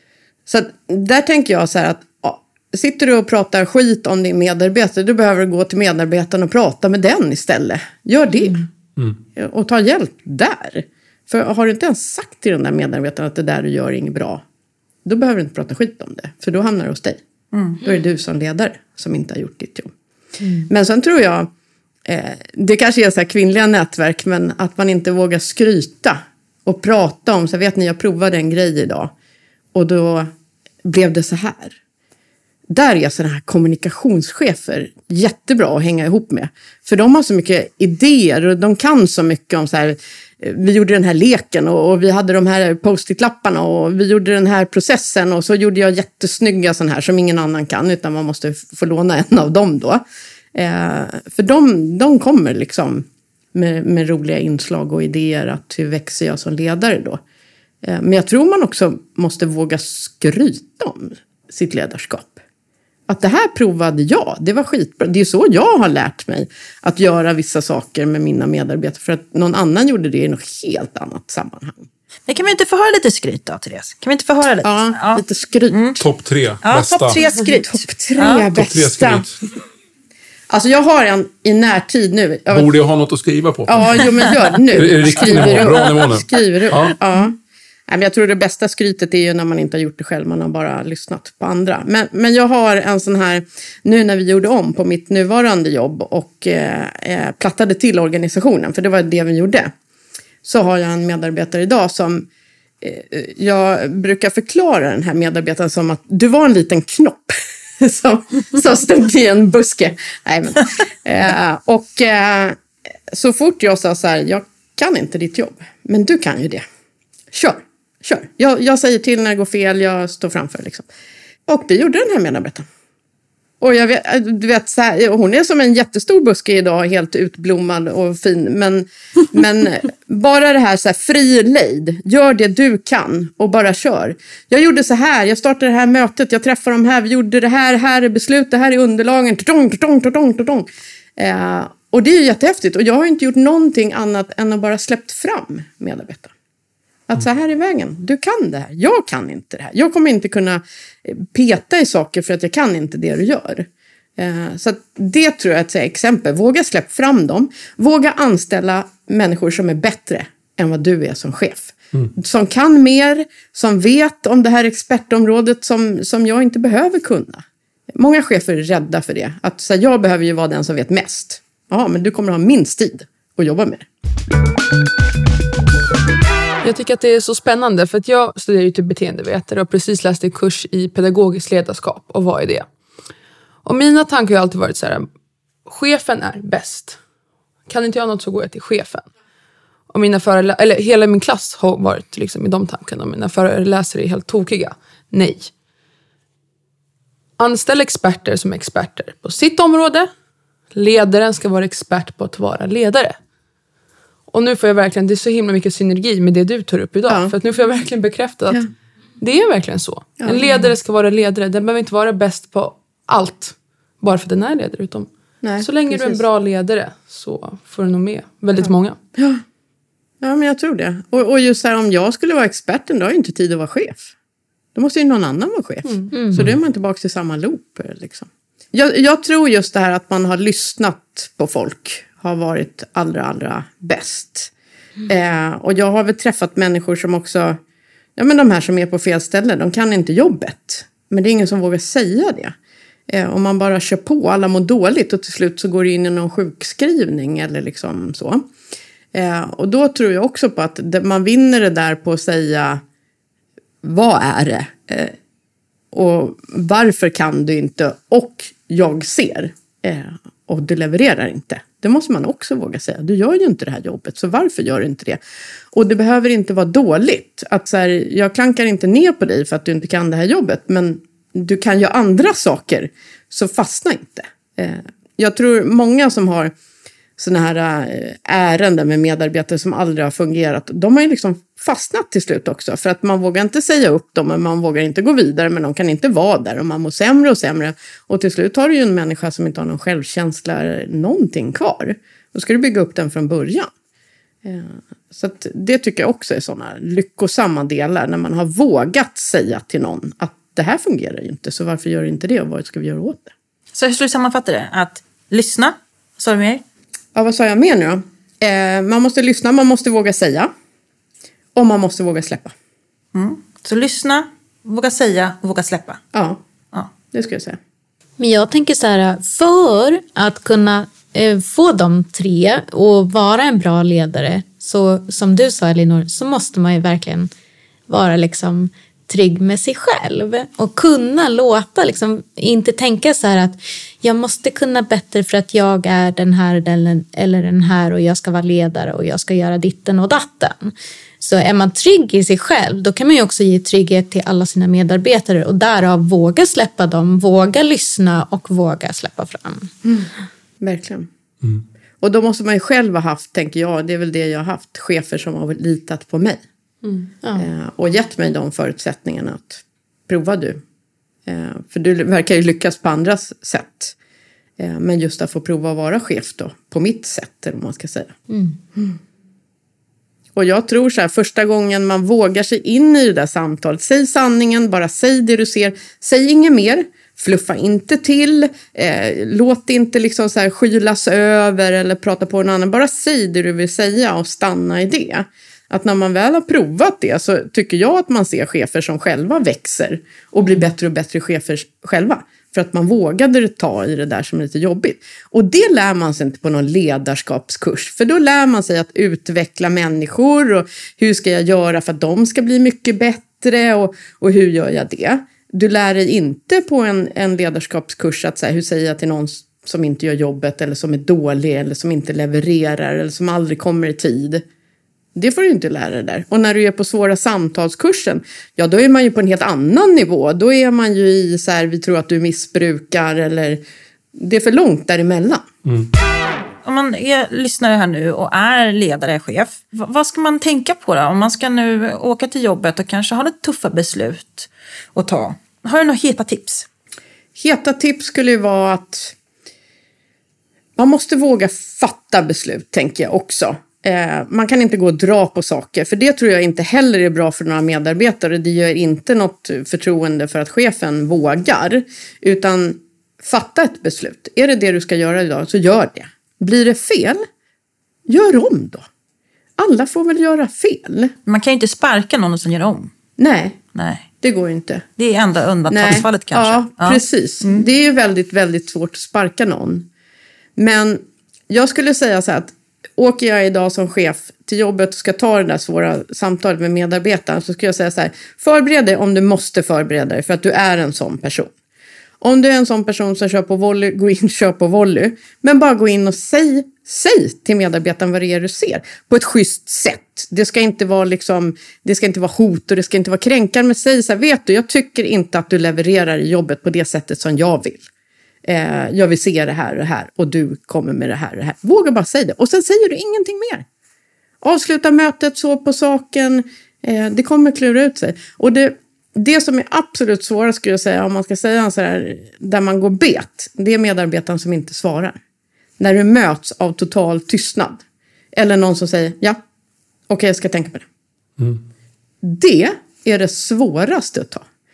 så att, där tänker jag så här att sitter du och pratar skit om din medarbetare, då behöver du gå till medarbetaren och prata med den istället. Gör det. Mm. Och ta hjälp där. För har du inte ens sagt till den där medarbetaren att det där du gör är inget bra, då behöver du inte prata skit om det. För då hamnar det hos dig. Mm. Då är det du som ledare som inte har gjort ditt jobb. Mm. Men sen tror jag, eh, det kanske är så här kvinnliga nätverk, men att man inte vågar skryta och prata om, så vet ni, jag provade en grej idag och då blev det så här. Där är sådana här kommunikationschefer jättebra att hänga ihop med. För de har så mycket idéer och de kan så mycket om så här, vi gjorde den här leken och, och vi hade de här post-it-lapparna och vi gjorde den här processen och så gjorde jag jättesnygga sådana här som ingen annan kan, utan man måste få låna en av dem då. Eh, för de, de kommer liksom med, med roliga inslag och idéer att hur växer jag som ledare då. Eh, men jag tror man också måste våga skryta om sitt ledarskap. Att det här provade jag, det var skitbra. Det är så jag har lärt mig att göra vissa saker med mina medarbetare. För att någon annan gjorde det i något helt annat sammanhang. Men kan vi inte få höra lite skryt då, Therese? Kan vi inte få höra lite? Ja, ja. lite skryt. Mm. Topp tre ja, bästa. Topp tre skryt. Topp tre ja. bästa. Top tre skryt. Alltså jag har en i närtid nu. Jag... Borde jag ha något att skriva på? Ja, jo, men gör nu. Är det riktigt nivå? Bra nivå nu? Skriver du? Ja. ja. Nej, men jag tror det bästa skrytet är ju när man inte har gjort det själv. Man har bara lyssnat på andra. Men, men jag har en sån här, nu när vi gjorde om på mitt nuvarande jobb och eh, plattade till organisationen, för det var det vi gjorde. Så har jag en medarbetare idag som, eh, jag brukar förklara den här medarbetaren som att du var en liten knopp som, som stod i en buske. Nej, men, eh, och eh, så fort jag sa så här, jag kan inte ditt jobb, men du kan ju det. Kör, kör. Jag, jag säger till när det går fel, jag står framför liksom. Och det gjorde den här medarbetaren. Och jag vet, du vet så här, hon är som en jättestor buske idag, helt utblommad och fin. Men, men bara det här, så här fri lejd, gör det du kan och bara kör. Jag gjorde så här, jag startade det här mötet, jag träffade dem här, vi gjorde det här, här är beslut, det här är underlagen. Totong, totong, totong, totong. Eh, och det är ju jättehäftigt. Och jag har inte gjort någonting annat än att bara släppt fram medarbetare. Att så här är vägen. Du kan det här. Jag kan inte det här. Jag kommer inte kunna peta i saker för att jag kan inte det du gör. Eh, så att det tror jag är ett exempel. Våga släppa fram dem. Våga anställa människor som är bättre än vad du är som chef. Mm. Som kan mer. Som vet om det här expertområdet som, som jag inte behöver kunna. Många chefer är rädda för det. Att så här, jag behöver ju vara den som vet mest. Ja, men du kommer ha minst tid att jobba med. Jag tycker att det är så spännande för att jag studerar ju till beteendevetare och precis läst en kurs i pedagogiskt ledarskap. Och vad är det? Och mina tankar har alltid varit så här, chefen är bäst. Kan inte jag något så går jag till chefen. Och mina förelä- eller hela min klass har varit liksom i de tankarna. Och mina föreläsare är helt tokiga. Nej. Anställ experter som är experter på sitt område. Ledaren ska vara expert på att vara ledare. Och nu får jag verkligen, det är så himla mycket synergi med det du tar upp idag. Ja. För att nu får jag verkligen bekräfta att ja. det är verkligen så. Ja. En ledare ska vara ledare. Den behöver inte vara bäst på allt. Bara för att den är ledare. Utom Nej, så länge precis. du är en bra ledare så får du nog med väldigt ja. många. Ja. ja, men jag tror det. Och, och just här, om jag skulle vara experten, då har jag inte tid att vara chef. Då måste ju någon annan vara chef. Mm. Mm. Så då är man tillbaka till samma loop. Liksom. Jag, jag tror just det här att man har lyssnat på folk har varit allra, allra bäst. Mm. Eh, och jag har väl träffat människor som också, ja men de här som är på fel ställe, de kan inte jobbet. Men det är ingen som vågar säga det. Eh, om man bara kör på, alla mår dåligt och till slut så går det in i någon sjukskrivning eller liksom så. Eh, och då tror jag också på att det, man vinner det där på att säga, vad är det? Eh, och varför kan du inte? Och jag ser. Eh, och du levererar inte. Det måste man också våga säga. Du gör ju inte det här jobbet, så varför gör du inte det? Och det behöver inte vara dåligt. Att så här, jag klankar inte ner på dig för att du inte kan det här jobbet, men du kan ju andra saker, så fastna inte. Eh, jag tror många som har såna här ärenden med medarbetare som aldrig har fungerat, de har ju liksom fastnat till slut också. För att man vågar inte säga upp dem, och man vågar inte gå vidare, men de kan inte vara där. Och man mår sämre och sämre. Och till slut har du ju en människa som inte har någon självkänsla eller någonting kvar. Då ska du bygga upp den från början. Så att det tycker jag också är sådana lyckosamma delar. När man har vågat säga till någon att det här fungerar ju inte, så varför gör det inte det och vad ska vi göra åt det? Så hur skulle du sammanfatta det? Att lyssna, sa du mer? Ja, vad sa jag mer nu då? Eh, man måste lyssna, man måste våga säga. Och man måste våga släppa. Mm. Så lyssna, våga säga och våga släppa. Ja, ja. Det ska jag säga. Men jag tänker så här, för att kunna eh, få de tre och vara en bra ledare, så som du sa Elinor, så måste man ju verkligen vara liksom trygg med sig själv och kunna låta, liksom, inte tänka så här att jag måste kunna bättre för att jag är den här eller, eller den här och jag ska vara ledare och jag ska göra ditten och datten. Så är man trygg i sig själv, då kan man ju också ge trygghet till alla sina medarbetare och därav våga släppa dem, våga lyssna och våga släppa fram. Mm. Verkligen. Mm. Och då måste man ju själv ha haft, tänker jag, det är väl det jag har haft, chefer som har litat på mig. Mm. Ja. Eh, och gett mig de förutsättningarna att prova du. Eh, för du verkar ju lyckas på andras sätt. Eh, men just att få prova att vara chef då, på mitt sätt, eller vad man ska säga. Mm. Mm. Och jag tror så här, första gången man vågar sig in i det där samtalet, säg sanningen, bara säg det du ser, säg inget mer, fluffa inte till, eh, låt inte liksom så här skylas över eller prata på en annan, bara säg det du vill säga och stanna i det. Att när man väl har provat det så tycker jag att man ser chefer som själva växer och blir bättre och bättre chefer själva. För att man vågade ta i det där som är lite jobbigt. Och det lär man sig inte på någon ledarskapskurs. För då lär man sig att utveckla människor och hur ska jag göra för att de ska bli mycket bättre och, och hur gör jag det. Du lär dig inte på en, en ledarskapskurs att säga hur säger jag till någon som inte gör jobbet eller som är dålig eller som inte levererar eller som aldrig kommer i tid. Det får du inte lära dig där. Och när du är på svåra samtalskursen, ja då är man ju på en helt annan nivå. Då är man ju i så här, vi tror att du missbrukar eller det är för långt däremellan. Mm. Om man är lyssnare här nu och är ledare, chef, vad ska man tänka på då? Om man ska nu åka till jobbet och kanske ha ett tuffa beslut att ta. Har du några heta tips? Heta tips skulle ju vara att man måste våga fatta beslut, tänker jag också. Man kan inte gå och dra på saker, för det tror jag inte heller är bra för några medarbetare. Det gör inte något förtroende för att chefen vågar, utan fatta ett beslut. Är det det du ska göra idag, så gör det. Blir det fel, gör om då. Alla får väl göra fel. Man kan ju inte sparka någon och sen göra om. Nej, Nej. Det går inte. Det är enda undantagsfallet kanske. Ja, ja. Precis. Mm. Det är ju väldigt, väldigt svårt att sparka någon. Men jag skulle säga så här att åker jag idag som chef till jobbet och ska ta det där svåra samtalet med medarbetaren, så ska jag säga så här: förbered dig om du måste förbereda dig för att du är en sån person. Om du är en sån person som kör på volley, gå in och kör på volley. Men bara gå in och säg, säg till medarbetaren vad det är du ser. På ett schysst sätt. Det ska inte vara liksom, det ska inte vara hot och det ska inte vara kränkande. Men säg så här: vet du, jag tycker inte att du levererar i jobbet på det sättet som jag vill. Eh, jag vill se det här och det här och du kommer med det här och det här. Våga bara säga det. Och sen säger du ingenting mer. Avsluta mötet, så på saken. Eh, det kommer klura ut sig. Och det, det som är absolut svårast, skulle jag säga, om man ska säga så här, där man går bet, det är medarbetaren som inte svarar. När du möts av total tystnad. Eller någon som säger, ja, okej, okay, jag ska tänka på det. Mm. Det är det svåraste att ta.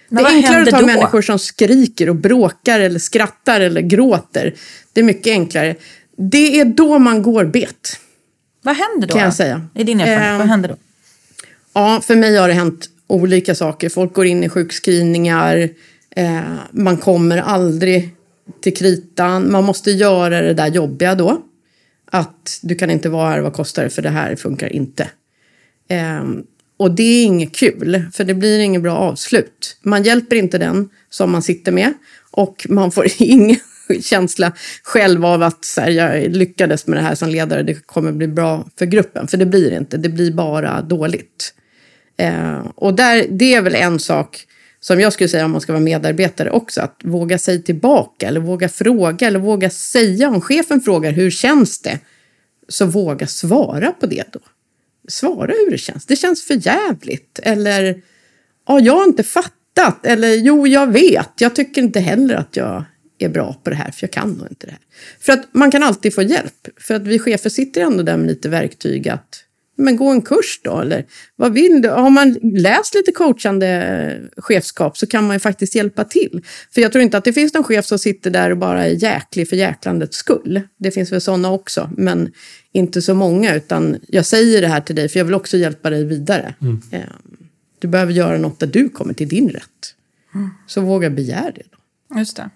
Men det är vad enklare att händer ta då? människor som skriker och bråkar eller skrattar eller gråter. Det är mycket enklare. Det är då man går bet. Vad händer då? Kan jag säga. I din erfarenhet, Eh, vad händer då? Ja, för mig har det hänt olika saker. Folk går in i sjukskrivningar. Eh, man kommer aldrig till kritan. Man måste göra det där jobbiga då. Att du kan inte vara här, vad kostar det? För det här funkar inte. Eh, och det är inget kul. För det blir inget bra avslut. Man hjälper inte den som man sitter med. Och man får ingen känsla själv av att så här, jag lyckades med det här som ledare. Det kommer bli bra för gruppen. För det blir inte. Det blir bara dåligt. Eh, och där, det är väl en sak som jag skulle säga om man ska vara medarbetare också. Att våga säga tillbaka eller våga fråga eller våga säga om chefen frågar hur känns det. Så våga svara på det då. Svara hur det känns. Det känns för jävligt. Eller ja, jag har inte fattat. Eller jo, jag vet. Jag tycker inte heller att jag är bra på det här. För jag kan nog inte det här. För att man kan alltid få hjälp. För att vi chefer sitter ändå där med lite verktyg att men gå en kurs då, eller vad vill du? Har man läst lite coachande chefskap så kan man ju faktiskt hjälpa till. För jag tror inte att det finns någon chef som sitter där och bara är jäklig för jäklandets skull. Det finns väl sådana också, men inte så många. Utan jag säger det här till dig för jag vill också hjälpa dig vidare. Mm. Du behöver göra något där du kommer till din rätt. Mm. Så våga begära det då. Just det.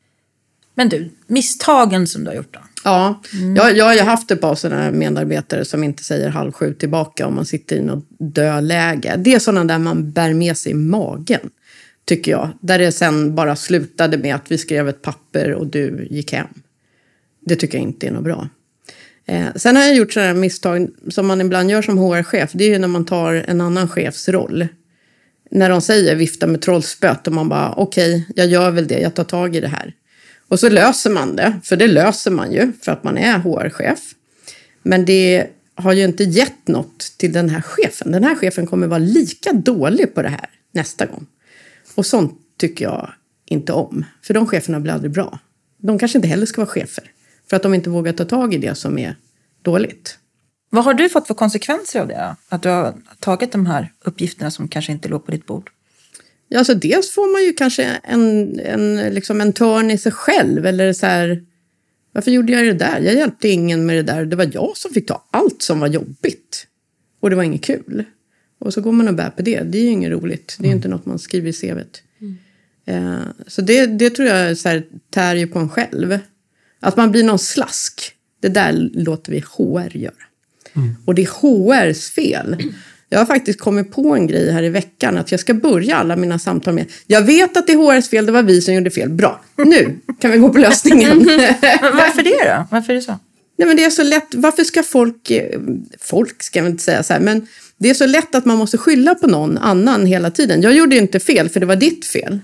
Men du, misstagen som du har gjort då? Ja, mm. jag, jag har ju haft ett par sådana medarbetare som inte säger halv sju tillbaka om man sitter i något döläge. Det är sådana där man bär med sig i magen, tycker jag. Där det sen bara slutade med att vi skrev ett papper och du gick hem. Det tycker jag inte är något bra. Eh, sen har jag gjort sådana här misstag som man ibland gör som H R-chef. Det är ju när man tar en annan chefs roll. När de säger vifta med trollspöt och man bara okej, okay, jag gör väl det, jag tar tag i det här. Och så löser man det, för det löser man ju för att man är H R-chef. Men det har ju inte gett något till den här chefen. Den här chefen kommer vara lika dålig på det här nästa gång. Och sånt tycker jag inte om. För de cheferna blir aldrig bra. De kanske inte heller ska vara chefer. För att de inte vågar ta tag i det som är dåligt. Vad har du fått för konsekvenser av det? Att du har tagit de här uppgifterna som kanske inte låg på ditt bord? Ja, alltså dels får man ju kanske en, en, liksom en törn i sig själv. Eller så här, varför gjorde jag det där? Jag hjälpte ingen med det där. Det var jag som fick ta allt som var jobbigt. Och det var inget kul. Och så går man och bär på det. Det är ju inget roligt. Det är ju mm. inte något man skriver i C V:t. Mm. Eh, så det, det tror jag så här, tär ju på en själv. Att man blir någon slask. Det där låter vi H R göra. Mm. Och det är H R:s fel. Jag har faktiskt kommit på en grej här i veckan. Att jag ska börja alla mina samtal med. Jag vet att det är H R:s fel. Det var vi som gjorde fel. Bra. Nu kan vi gå på lösningen. Varför det då? Varför är det så? Nej, men det är så lätt. Varför ska folk... Folk ska man inte säga så här. Men det är så lätt att man måste skylla på någon annan hela tiden. Jag gjorde ju inte fel för det var ditt fel.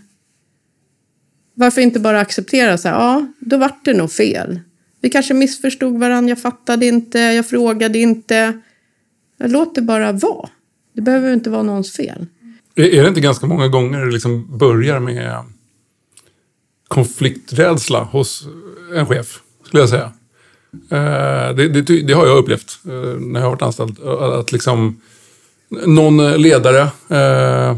Varför inte bara acceptera så här. Ja, då var det nog fel. Vi kanske missförstod varandra. Jag fattade inte. Jag frågade inte. Jag låter bara vara. Det behöver inte vara någons fel. Är det inte ganska många gånger det liksom börjar med konflikträdsla hos en chef, skulle jag säga. Det, det, det har jag upplevt när jag har varit anställd. Att liksom någon ledare eh,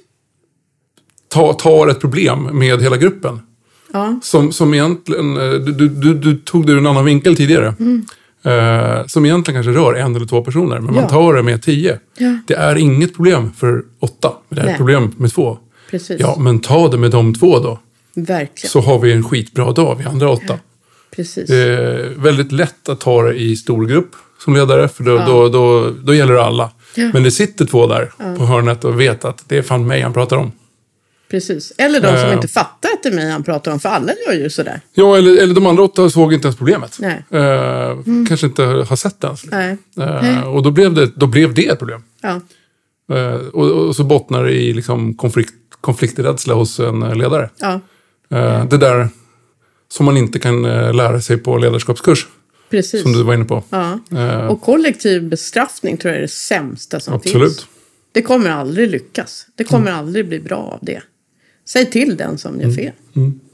tar, tar ett problem med hela gruppen. Ja. Som, som egentligen, du, du, du tog det ur en annan vinkel tidigare. Mm. Uh, som egentligen kanske rör en eller två personer. Men ja. man tar det med tio. Ja. Det är inget problem för åtta. Men det är Nej. ett problem med två. Precis. Ja, men ta det med de två då. Verkligen. Så har vi en skitbra dag, vi andra åtta. Ja. Precis. Det är väldigt lätt att ta det i stor grupp som ledare. För då, ja. då, då, då gäller det alla. Ja. Men det sitter två där ja. på hörnet och vet att det är fan mig han pratar om. Precis. Eller de som uh, inte fattar att det är mig han pratar om. För alla gör ju sådär. Ja, eller, eller de andra åtta såg inte ens problemet. Nej. Uh, mm. Kanske inte har sett det ens. Nej. Uh, Nej. Och då blev, det, då blev det ett problem. Ja. Uh, och, och så bottnar det i liksom konflikt, konflikträdsla hos en ledare. Ja. Uh, det där som man inte kan uh, lära sig på ledarskapskurs. Precis. Som du var inne på. Ja. Uh, och kollektiv bestraffning tror jag är det sämsta som absolut. finns. Det kommer aldrig lyckas. Det kommer mm. aldrig bli bra av det. Säg till den som gör fel. Mm. Mm.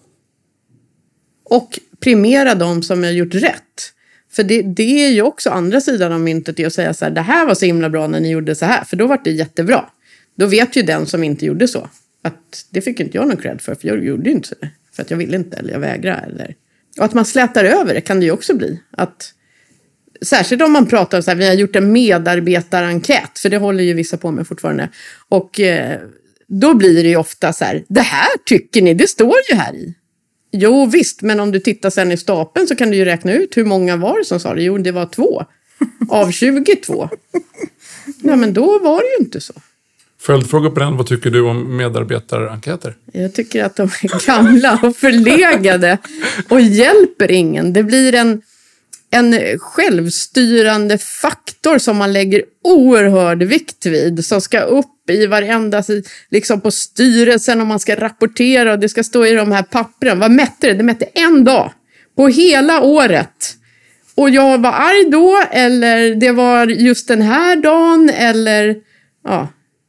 Och primera de som har gjort rätt. För det, det är ju också andra sidan av myntet i att säga så här. Det här var så himla bra när ni gjorde så här. För då var det jättebra. Då vet ju den som inte gjorde så. Att det fick inte jag någon cred för, för jag gjorde inte så. För att jag ville inte, eller jag vägrade. Eller... Och att man slätar över det kan det ju också bli. Att, särskilt om man pratar om så här, vi har gjort en medarbetarenkät, för det håller ju vissa på med fortfarande. Och eh, då blir det ju ofta så här, det här tycker ni, det står ju här i. Jo visst, men om du tittar sen i stapeln så kan du ju räkna ut hur många var det som sa det. Jo, det var två. Av tjugotvå. Ja, men då var det ju inte så. Följdfråga på den, vad tycker du om medarbetarenkäter? Jag tycker att de är gamla och förlegade och hjälper ingen. Det blir en, en självstyrande faktor som man lägger oerhörd vikt vid. Som ska upp i varenda, liksom på styrelsen, om man ska rapportera och det ska stå i de här pappren. Vad mätte det? Det mätte en dag på hela året. Och jag var arg då, eller det var just den här dagen, eller ja...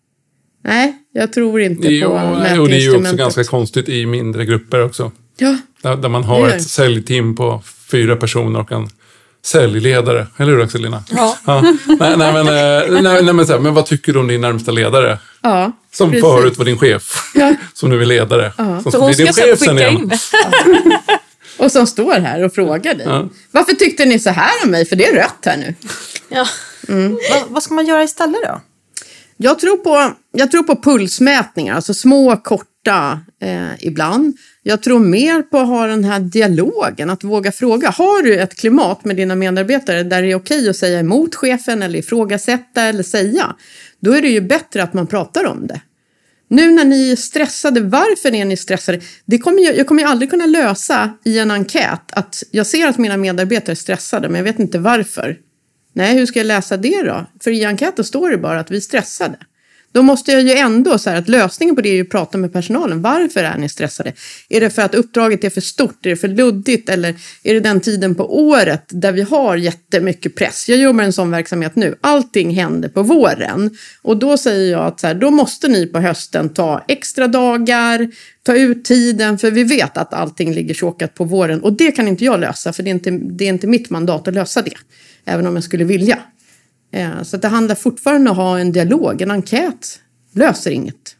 Nej, jag tror inte jo, på mätinstrumentet. Och det är ju också ganska konstigt i mindre grupper också. Ja. Där, där man har ett säljteam på fyra personer och en säljledare. Eller hur, Axelina? Ja. ja. Nej, nej, men, nej, nej, men, så här, men vad tycker du om din närmsta ledare? Ja, som precis. Förut var din chef. Ja. Som nu är ledare. Ja. Som så hon din ska chef skicka sen in det. Och som står här och frågar dig. Ja. Varför tyckte ni så här om mig? För det är rött här nu. Ja. Mm. vad, vad ska man göra istället då? Jag tror på, jag tror på pulsmätningar, alltså små, korta eh, ibland. Jag tror mer på att ha den här dialogen, att våga fråga. Har du ett klimat med dina medarbetare där det är okej att säga emot chefen eller ifrågasätta eller säga, då är det ju bättre att man pratar om det. Nu när ni är stressade, varför är ni stressade? Det kommer jag, jag kommer ju aldrig kunna lösa i en enkät att jag ser att mina medarbetare är stressade, men jag vet inte varför. Nej, hur ska jag läsa det då? För i enkäten står det bara att vi är stressade. Då måste jag ju ändå så här att lösningen på det är ju att prata med personalen. Varför är ni stressade? Är det för att uppdraget är för stort? Är det för luddigt? Eller är det den tiden på året där vi har jättemycket press? Jag jobbar i en sån verksamhet nu. Allting händer på våren. Och då säger jag att så här, då måste ni på hösten ta extra dagar, ta ut tiden, för vi vet att allting ligger tjåkat på våren. Och det kan inte jag lösa, för det är inte, det är inte mitt mandat att lösa det. Även om jag skulle vilja. Så det handlar fortfarande om att ha en dialog. En enkät löser inget.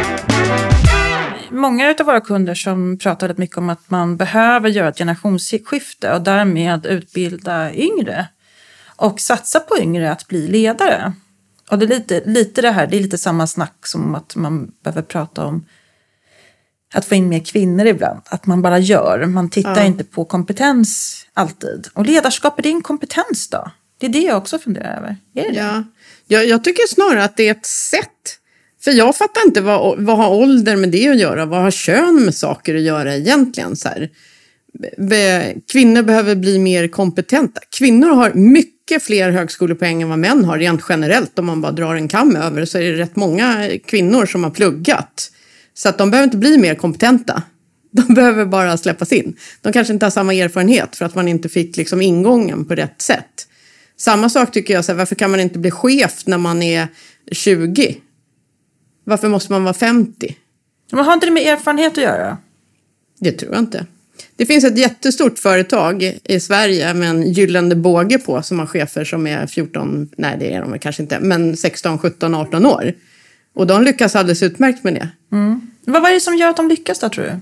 Många av våra kunder som pratar väldigt mycket om att man behöver göra ett generationsskifte och därmed utbilda yngre. Och satsa på yngre att bli ledare. Och det är lite, lite det här, det är lite samma snack som att man behöver prata om att få in mer kvinnor ibland. Att man bara gör. Man tittar ja. inte på kompetens alltid. Och ledarskap, är det en kompetens då? Det är det jag också funderar över. Är det? Ja. Jag, jag tycker snarare att det är ett sätt. För jag fattar inte vad, vad har ålder med det att göra. Vad har kön med saker att göra egentligen? Så här. Be, kvinnor behöver bli mer kompetenta. Kvinnor har mycket fler högskolepoäng än vad män har. Rent generellt, om man bara drar en kam över, så är det rätt många kvinnor som har pluggat. Så att de behöver inte bli mer kompetenta. De behöver bara släppas in. De kanske inte har samma erfarenhet för att man inte fick liksom ingången på rätt sätt. Samma sak tycker jag, så här, varför kan man inte bli chef när man är tjugo? Varför måste man vara femtio? Men har inte det med erfarenhet att göra? Det tror jag inte. Det finns ett jättestort företag i Sverige med en gyllene båge på som har chefer som är fjorton, nej det är de kanske inte, men sexton, sjutton, arton år. Och de lyckas alldeles utmärkt med det. Mm. Vad är det som gör att de lyckas då, tror du?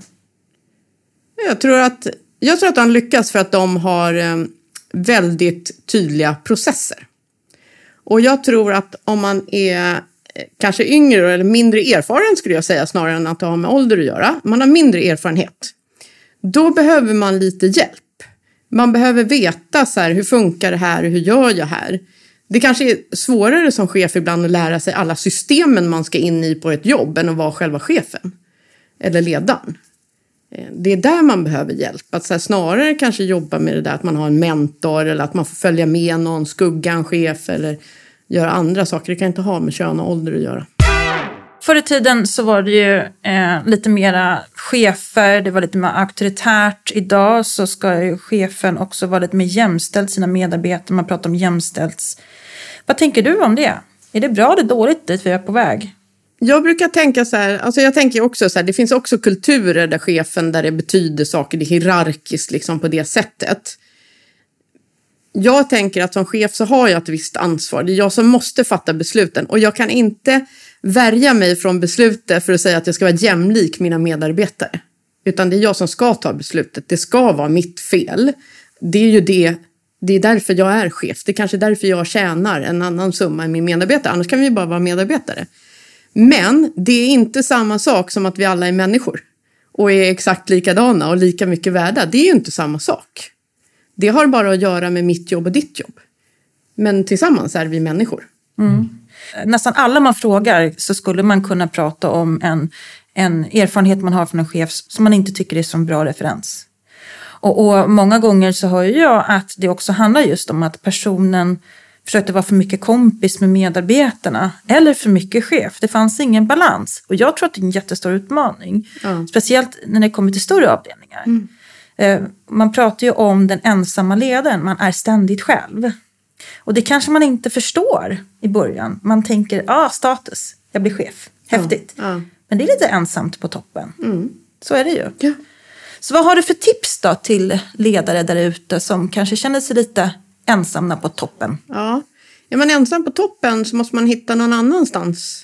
Jag tror att, jag tror att de lyckas för att de har eh, väldigt tydliga processer. Och jag tror att om man är eh, kanske yngre eller mindre erfaren, skulle jag säga, snarare än att det har med ålder att göra. Man har mindre erfarenhet. Då behöver man lite hjälp. Man behöver veta så här, hur funkar det här, hur gör jag här? Det kanske är svårare som chef ibland att lära sig alla systemen man ska in i på ett jobb än att vara själva chefen eller ledaren. Det är där man behöver hjälp. Att så här, snarare kanske jobba med det där att man har en mentor eller att man får följa med någon, skugga en chef eller göra andra saker. Det kan inte ha med kön och ålder att göra. Förr i tiden så var det ju eh, lite mera chefer, det var lite mer auktoritärt. Idag så ska ju chefen också vara lite mer jämställd sina medarbetare. Man pratar om jämställts. Vad tänker du om det? Är det bra eller dåligt dit vi är på väg? Jag brukar tänka så här, alltså jag tänker också så här, det finns också kulturer där chefen, där det betyder saker, det är hierarkiskt liksom på det sättet. jag tänker att som chef så har jag ett visst ansvar. Det är jag som måste fatta besluten. Och jag kan inte värja mig från beslutet för att säga att jag ska vara jämlik mina medarbetare. Utan det är jag som ska ta beslutet. Det ska vara mitt fel. Det är ju det, det är därför jag är chef. Det är kanske därför jag tjänar en annan summa än min medarbetare. Annars kan vi ju bara vara medarbetare. Men det är inte samma sak som att vi alla är människor. Och är exakt likadana och lika mycket värda. Det är ju inte samma sak. Det har bara att göra med mitt jobb och ditt jobb. Men tillsammans är vi människor. Mm. Nästan alla man frågar så skulle man kunna prata om en, en erfarenhet man har från en chef som man inte tycker är så en bra referens. Och, och många gånger så hör jag att det också handlar just om att personen försökte vara för mycket kompis med medarbetarna eller för mycket chef. Det fanns ingen balans. Och jag tror att det är en jättestor utmaning. Mm. Speciellt när det kommer till större avdelningar. Mm. Eh, man pratar ju om den ensamma ledaren. Man är ständigt själv. Och det kanske man inte förstår i början. Man tänker, ah, status, jag blir chef. Häftigt. Mm. Mm. Men det är lite ensamt på toppen. Mm. Så är det ju. Ja. Så vad har du för tips då till ledare där ute som kanske känner sig lite ensamma på toppen? Ja, är man ensam på toppen så måste man hitta någon annanstans.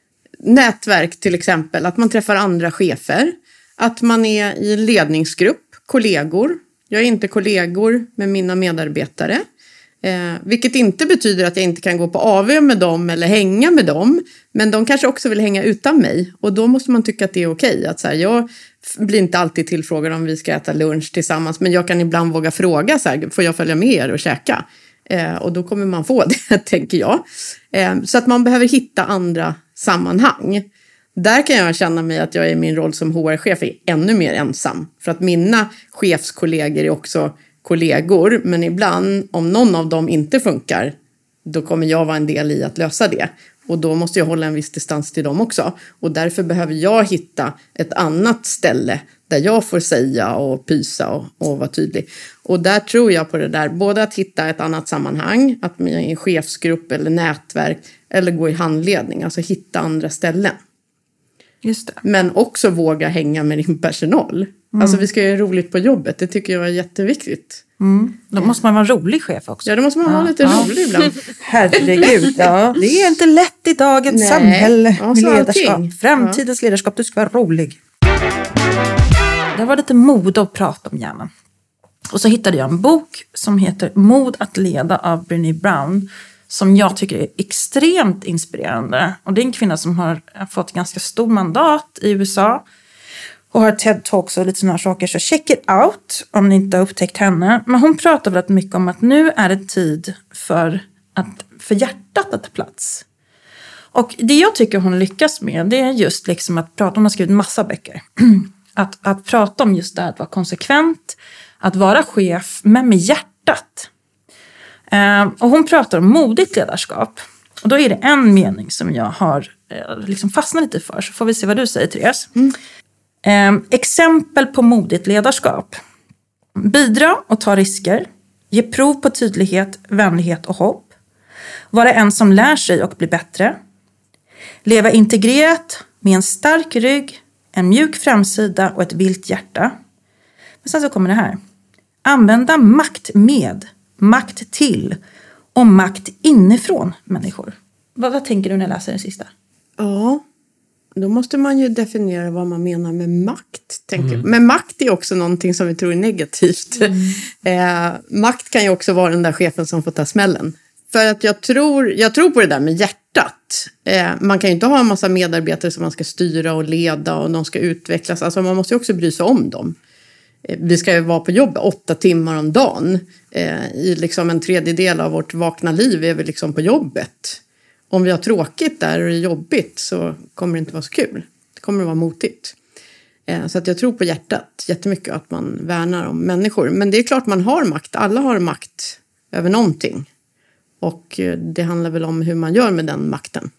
Nätverk till exempel, att man träffar andra chefer. Att man är i ledningsgrupp, kollegor. Jag är inte kollegor med mina medarbetare. Eh, vilket inte betyder att jag inte kan gå på A V med dem eller hänga med dem. Men de kanske också vill hänga utan mig. Och då måste man tycka att det är okej. Att så här, jag blir inte alltid tillfrågad om vi ska äta lunch tillsammans. Men jag kan ibland våga fråga, så här, får jag följa med er och käka? Eh, och då kommer man få det, tänker jag. Eh, så att man behöver hitta andra sammanhang. Där kan jag känna mig att jag i min roll som H R-chef är ännu mer ensam. För att mina chefskollegor är också kollegor. Men ibland, om någon av dem inte funkar, då kommer jag vara en del i att lösa det. Och då måste jag hålla en viss distans till dem också. Och därför behöver jag hitta ett annat ställe där jag får säga och pysa och, och vara tydlig. Och där tror jag på det där. Både att hitta ett annat sammanhang, att man är i en chefsgrupp eller nätverk. Eller gå i handledning, alltså hitta andra ställen. Just det. Men också våga hänga med din personal. Mm. Alltså vi ska göra roligt på jobbet, det tycker jag är jätteviktigt. Mm. Då måste man vara en rolig chef också. Ja, då måste man vara ja, lite ja. rolig ibland. Herregud, ja. Det är inte lätt i dagens Nej. samhälle med ja, ledarskap. Allting. Framtidens ja. ledarskap, du ska vara rolig. Det var lite mod att prata om hjärnan. Och så hittade jag en bok som heter Mod att leda av Brené Brown. Som jag tycker är extremt inspirerande. Och det är en kvinna som har fått ganska stor mandat i U S A. Och har TED-talks och lite sådana saker. Så check it out om ni inte har upptäckt henne. Men hon pratar väldigt mycket om att nu är det tid för, att, för hjärtat att ta plats. Och det jag tycker hon lyckas med, det är just liksom att prata, hon har skrivit massa böcker. Att, att prata om just det här, att vara konsekvent. Att vara chef, men med hjärtat. Uh, och hon pratar om modigt ledarskap. Och då är det en mening som jag har uh, liksom fastnat lite för. Så får vi se vad du säger, Therese. Mm. Uh, exempel på modigt ledarskap. Bidra och ta risker. Ge prov på tydlighet, vänlighet och hopp. Vara en som lär sig och blir bättre. Leva integrerat med en stark rygg, en mjuk framsida och ett vilt hjärta. Men sen så kommer det här. Använda makt med, makt till och makt inifrån människor. Vad, vad tänker du när jag läser den sista? Ja, då måste man ju definiera vad man menar med makt. Tänker. Mm. Men makt är också någonting som vi tror är negativt. Mm. eh, makt kan ju också vara den där chefen som får ta smällen. För att jag tror, jag tror på det där med hjärtat. Eh, man kan ju inte ha en massa medarbetare som man ska styra och leda och de ska utvecklas. Alltså man måste ju också bry sig om dem. Eh, vi ska ju vara på jobb åtta timmar om dagen. Eh, I liksom en tredjedel av vårt vakna liv är vi liksom på jobbet. Om vi har tråkigt där och det är jobbigt så kommer det inte vara så kul. Det kommer att vara motigt. Eh, så att jag tror på hjärtat jättemycket att man värnar om människor. Men det är klart man har makt. Alla har makt över någonting. Och det handlar väl om hur man gör med den makten.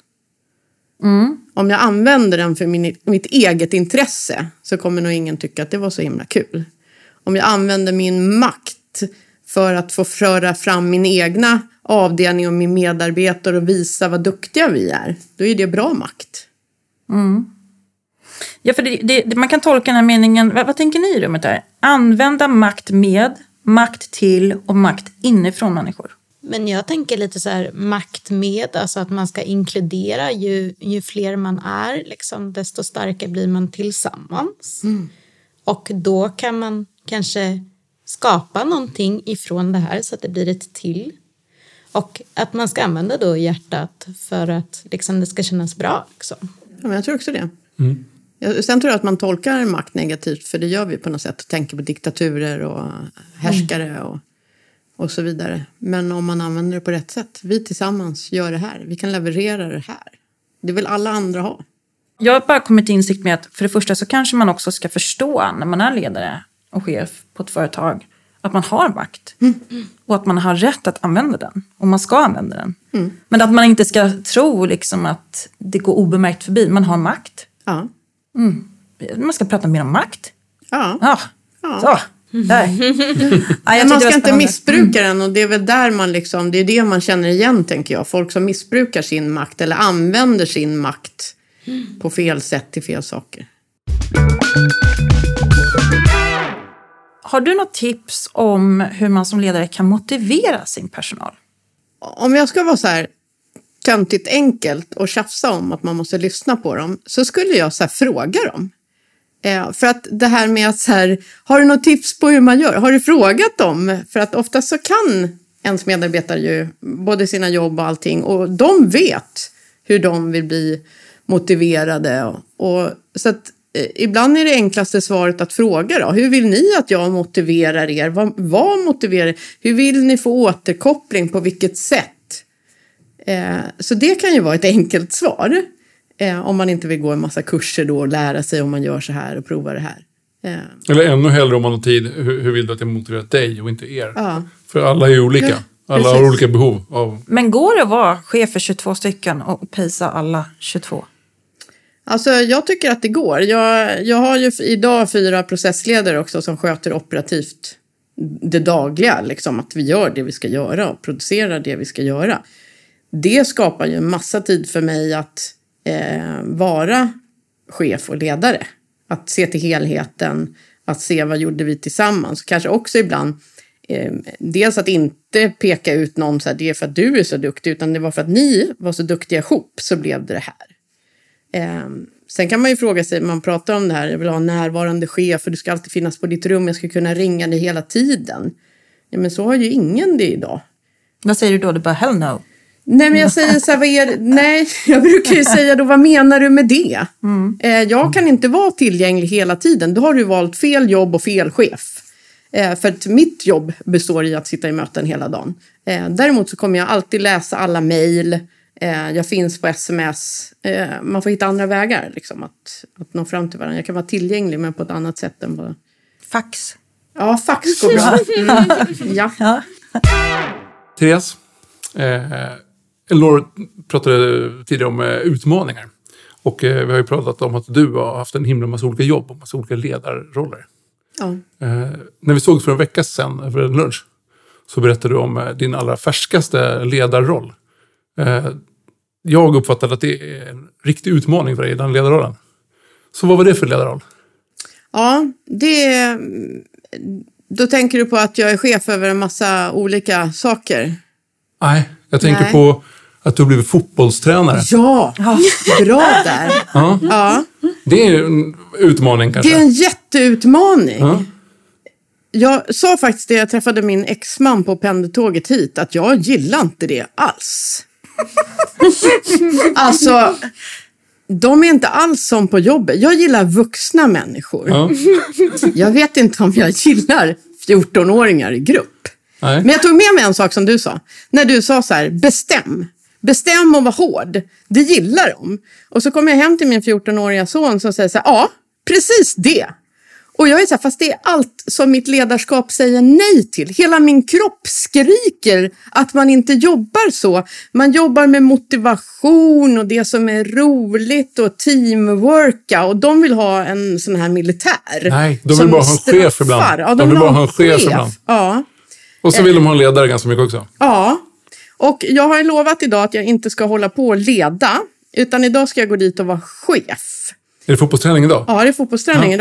Mm. Om jag använder den för min, mitt eget intresse så kommer nog ingen tycka att det var så himla kul. Om jag använder min makt för att få föra fram min egna avdelning och min medarbetare och visa vad duktiga vi är, då är det bra makt. Mm. Ja, för det, det, man kan tolka den här meningen, vad, vad tänker ni i rummet där? Använda makt med, makt till och makt inifrån människor. Men jag tänker lite så här makt med, alltså att man ska inkludera. Ju, ju fler man är, liksom, desto starkare blir man tillsammans. Mm. Och då kan man kanske skapa någonting ifrån det här så att det blir ett till. Och att man ska använda då hjärtat för att liksom, det ska kännas bra. Liksom. Ja, men jag tror också det. Mm. Jag, sen tror jag att man tolkar makt negativt, för det gör vi på något sätt. Och tänker på diktaturer och härskare mm. och, och så vidare. Men om man använder det på rätt sätt. Vi tillsammans gör det här. Vi kan leverera det här. Det vill alla andra ha. Jag har bara kommit till insikt med att för det första så kanske man också ska förstå när man är ledare och chef på ett företag att man har makt. Mm. Och att man har rätt att använda den. Och man ska använda den. Mm. Men att man inte ska tro liksom att det går obemärkt förbi. Man har makt. Ja. Mm. Man ska prata mer om makt. Ja. Ja. Ja. Så. Där. Ja, men man ska inte missbruka den. Och det är väl där man liksom, det är det man känner igen, tänker jag. Folk som missbrukar sin makt eller använder sin makt på fel sätt till fel saker. Har du något tips om hur man som ledare kan motivera sin personal? Om jag ska vara så här töntigt enkelt och tjafsa om att man måste lyssna på dem, så skulle jag så här fråga dem. Eh, för att det här med att så här, har du något tips på hur man gör? Har du frågat dem? För att ofta så kan ens medarbetare ju både sina jobb och allting, och de vet hur de vill bli motiverade. Och, och så att eh, ibland är det enklaste svaret att fråga då. Hur vill ni att jag motiverar er? Vad, vad motiverar? Hur vill ni få återkoppling? På vilket sätt? Eh, så det kan ju vara ett enkelt svar. Eh, om man inte vill gå en massa kurser då och lära sig om man gör så här och prova det här. Eh. Eller ännu hellre om man har tid. Hur, hur vill du att jag motiverar dig och inte er? Ja. För alla är ju olika. Ja, alla har olika behov av... Men går det att vara chef för tjugotvå stycken och pejsa alla tjugotvå? Alltså jag tycker att det går. Jag, jag har ju idag fyra processledare också som sköter operativt det dagliga. Liksom, att vi gör det vi ska göra och producerar det vi ska göra. Det skapar ju en massa tid för mig att eh, vara chef och ledare. Att se till helheten, att se vad gjorde vi tillsammans. Kanske också ibland, eh, dels att inte peka ut någon så här, det är för att du är så duktig, utan det var för att ni var så duktiga ihop så blev det det här. Eh, sen kan man ju fråga sig, man pratar om det här, jag vill ha en närvarande chef och du ska alltid finnas på ditt rum, jag ska kunna ringa dig hela tiden. Ja, men så har ju ingen det idag. Vad säger du då? Du bara, hell no. Nej, men jag säger så här, vad är, nej, jag brukar ju säga då, vad menar du med det? Mm. Eh, jag kan inte vara tillgänglig hela tiden. Då har du valt fel jobb och fel chef. Eh, för att mitt jobb består i att sitta i möten hela dagen. Eh, däremot så kommer jag alltid läsa alla mejl. Eh, jag finns på sms. Eh, man får hitta andra vägar liksom, att, att nå fram till varandra. Jag kan vara tillgänglig, men på ett annat sätt än vad... Fax. Ja, fax går bra. Mm. Ja. Ja. Therese, eh, Elinor pratade tidigare om eh, utmaningar. Och eh, vi har ju pratat om att du har haft en himla massa olika jobb och massa olika ledarroller. Ja. Eh, när vi såg för en vecka sedan över en lunch så berättade du om eh, din allra färskaste ledarroll. Eh, jag uppfattade att det är en riktig utmaning för dig i den ledarrollen. Så vad var det för ledarroll? Ja, det... Då tänker du på att jag är chef över en massa olika saker? Nej, jag tänker Nej. på att du har blivit fotbollstränare. Ja, bra där. Ja. Ja. Det är en utmaning kanske. Det är en jätteutmaning. Ja. Jag sa faktiskt det, jag träffade min exman på pendeltåget hit, att jag gillar inte det alls. Alltså, de är inte alls som på jobbet. Jag gillar vuxna människor. Ja. Jag vet inte om jag gillar fjortonåringar i grupp. Nej. Men jag tog med mig en sak som du sa. När du sa så här, bestäm. Bestäm och var hård. Det gillar de. Och så kom jag hem till min fjortonåriga son som säger så här, ja, precis det. Och jag är så här, fast det är allt som mitt ledarskap säger nej till. Hela min kropp skriker att man inte jobbar så. Man jobbar med motivation och det som är roligt och teamworka. Och de vill ha en sån här militär. Nej, de vill bara ha en chef ibland. Ja, de, de vill bara ha en chef, chef ibland. Ja. Och så vill de ha en ledare ganska mycket också. Ja, och jag har lovat idag att jag inte ska hålla på och leda. Utan idag ska jag gå dit och vara chef. Är det fotbollsträning idag? Ja, det är fotbollsträning Ja. idag.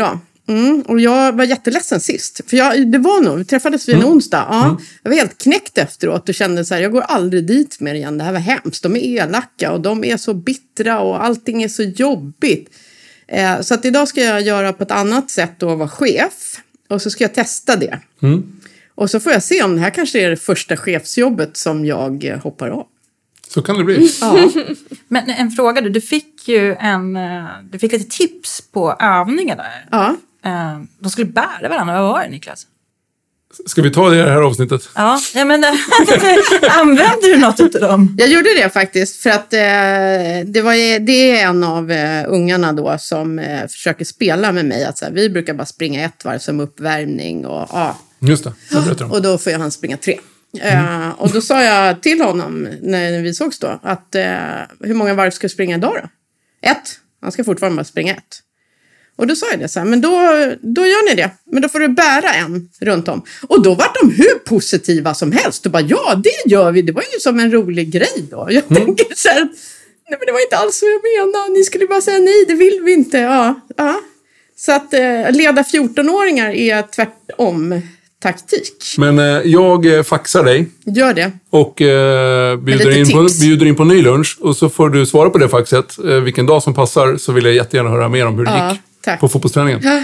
Mm, och jag var jätteledsen sist. För jag, det var nog, vi träffades vid en mm. onsdag. Ja, mm. Jag var helt knäckt efteråt och kände så här, jag går aldrig dit mer igen. Det här var hemskt. De är elaka och de är så bittra och allting är så jobbigt. Eh, så att idag ska jag göra på ett annat sätt då, vara chef. Och så ska jag testa det. Mm. Och så får jag se om det här kanske är det första chefsjobbet som jag hoppar av. Så kan det bli. Ja. Men en fråga, du, du fick ju en, du fick lite tips på övningar där. Ja. De skulle bära varandra. Vad var det, Niklas? Ska vi ta det här avsnittet? Ja, ja men använde du något av dem? Jag gjorde det faktiskt för att eh, det, var, det är en av eh, ungarna då som eh, försöker spela med mig. Att, så här, vi brukar bara springa ett varv som uppvärmning och ja. Just det, det berättar de. Och då får han springa tre. Mm. Uh, och då sa jag till honom när vi sågs då att uh, hur många varv ska jag springa idag då? Ett. Han ska fortfarande bara springa ett. Och då sa jag det så här, men då, då gör ni det. Men då får du bära en runt om. Och då var de hur positiva som helst. Och bara, ja det gör vi. Det var ju som en rolig grej då. Jag mm. tänker så här, nej men det var inte alls så jag menade. Ni skulle bara säga nej, det vill vi inte. Ja, ja. Så att uh, leda fjortonåringar är tvärtom taktik. Men eh, jag eh, faxar dig. Gör det. Och eh, bjuder, in på, bjuder in på ny lunch. Och så får du svara på det faxet. Eh, vilken dag som passar så vill jag jättegärna höra mer om hur det ja, gick tack. på fotbollsträningen. Ja.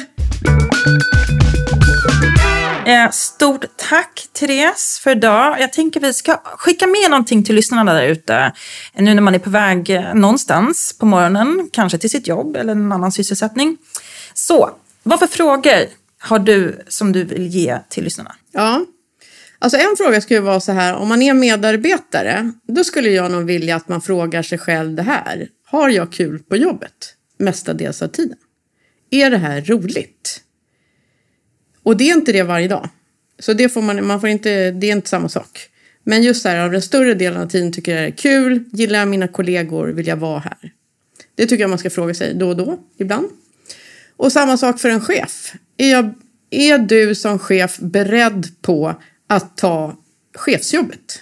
Eh, stort tack Therese för idag. Jag tänker vi ska skicka med någonting till lyssnarna där ute. Nu när man är på väg någonstans på morgonen. Kanske till sitt jobb eller en annan sysselsättning. Så, vad för frågor har du som du vill ge till lyssnarna? Ja, alltså en fråga skulle vara så här. Om man är medarbetare, då skulle jag nog vilja att man frågar sig själv det här. Har jag kul på jobbet? Mestadels av tiden. Är det här roligt? Och det är inte det varje dag. Så det får man, man får inte, det är inte samma sak. Men just så här, av den större delen av tiden tycker jag det är kul. Gillar jag mina kollegor, vill jag vara här? Det tycker jag man ska fråga sig då och då, ibland. Och samma sak för en chef. Är, jag, är du som chef beredd på att ta chefsjobbet?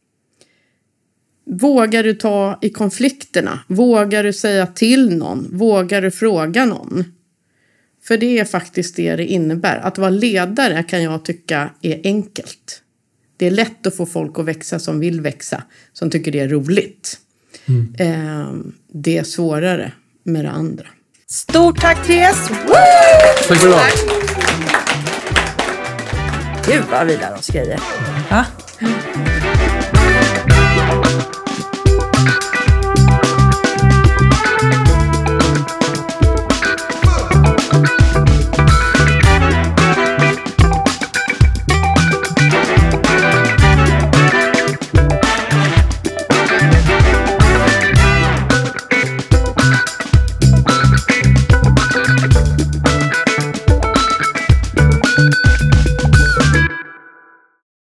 Vågar du ta i konflikterna? Vågar du säga till någon? Vågar du fråga någon? För det är faktiskt det det innebär. Att vara ledare kan jag tycka är enkelt. Det är lätt att få folk att växa som vill växa. Som tycker det är roligt. Mm. Eh, det är svårare med det andra. Stort tack Therese! Woo! Tack för idag! Gud vad vi lär oss grejer. Ja?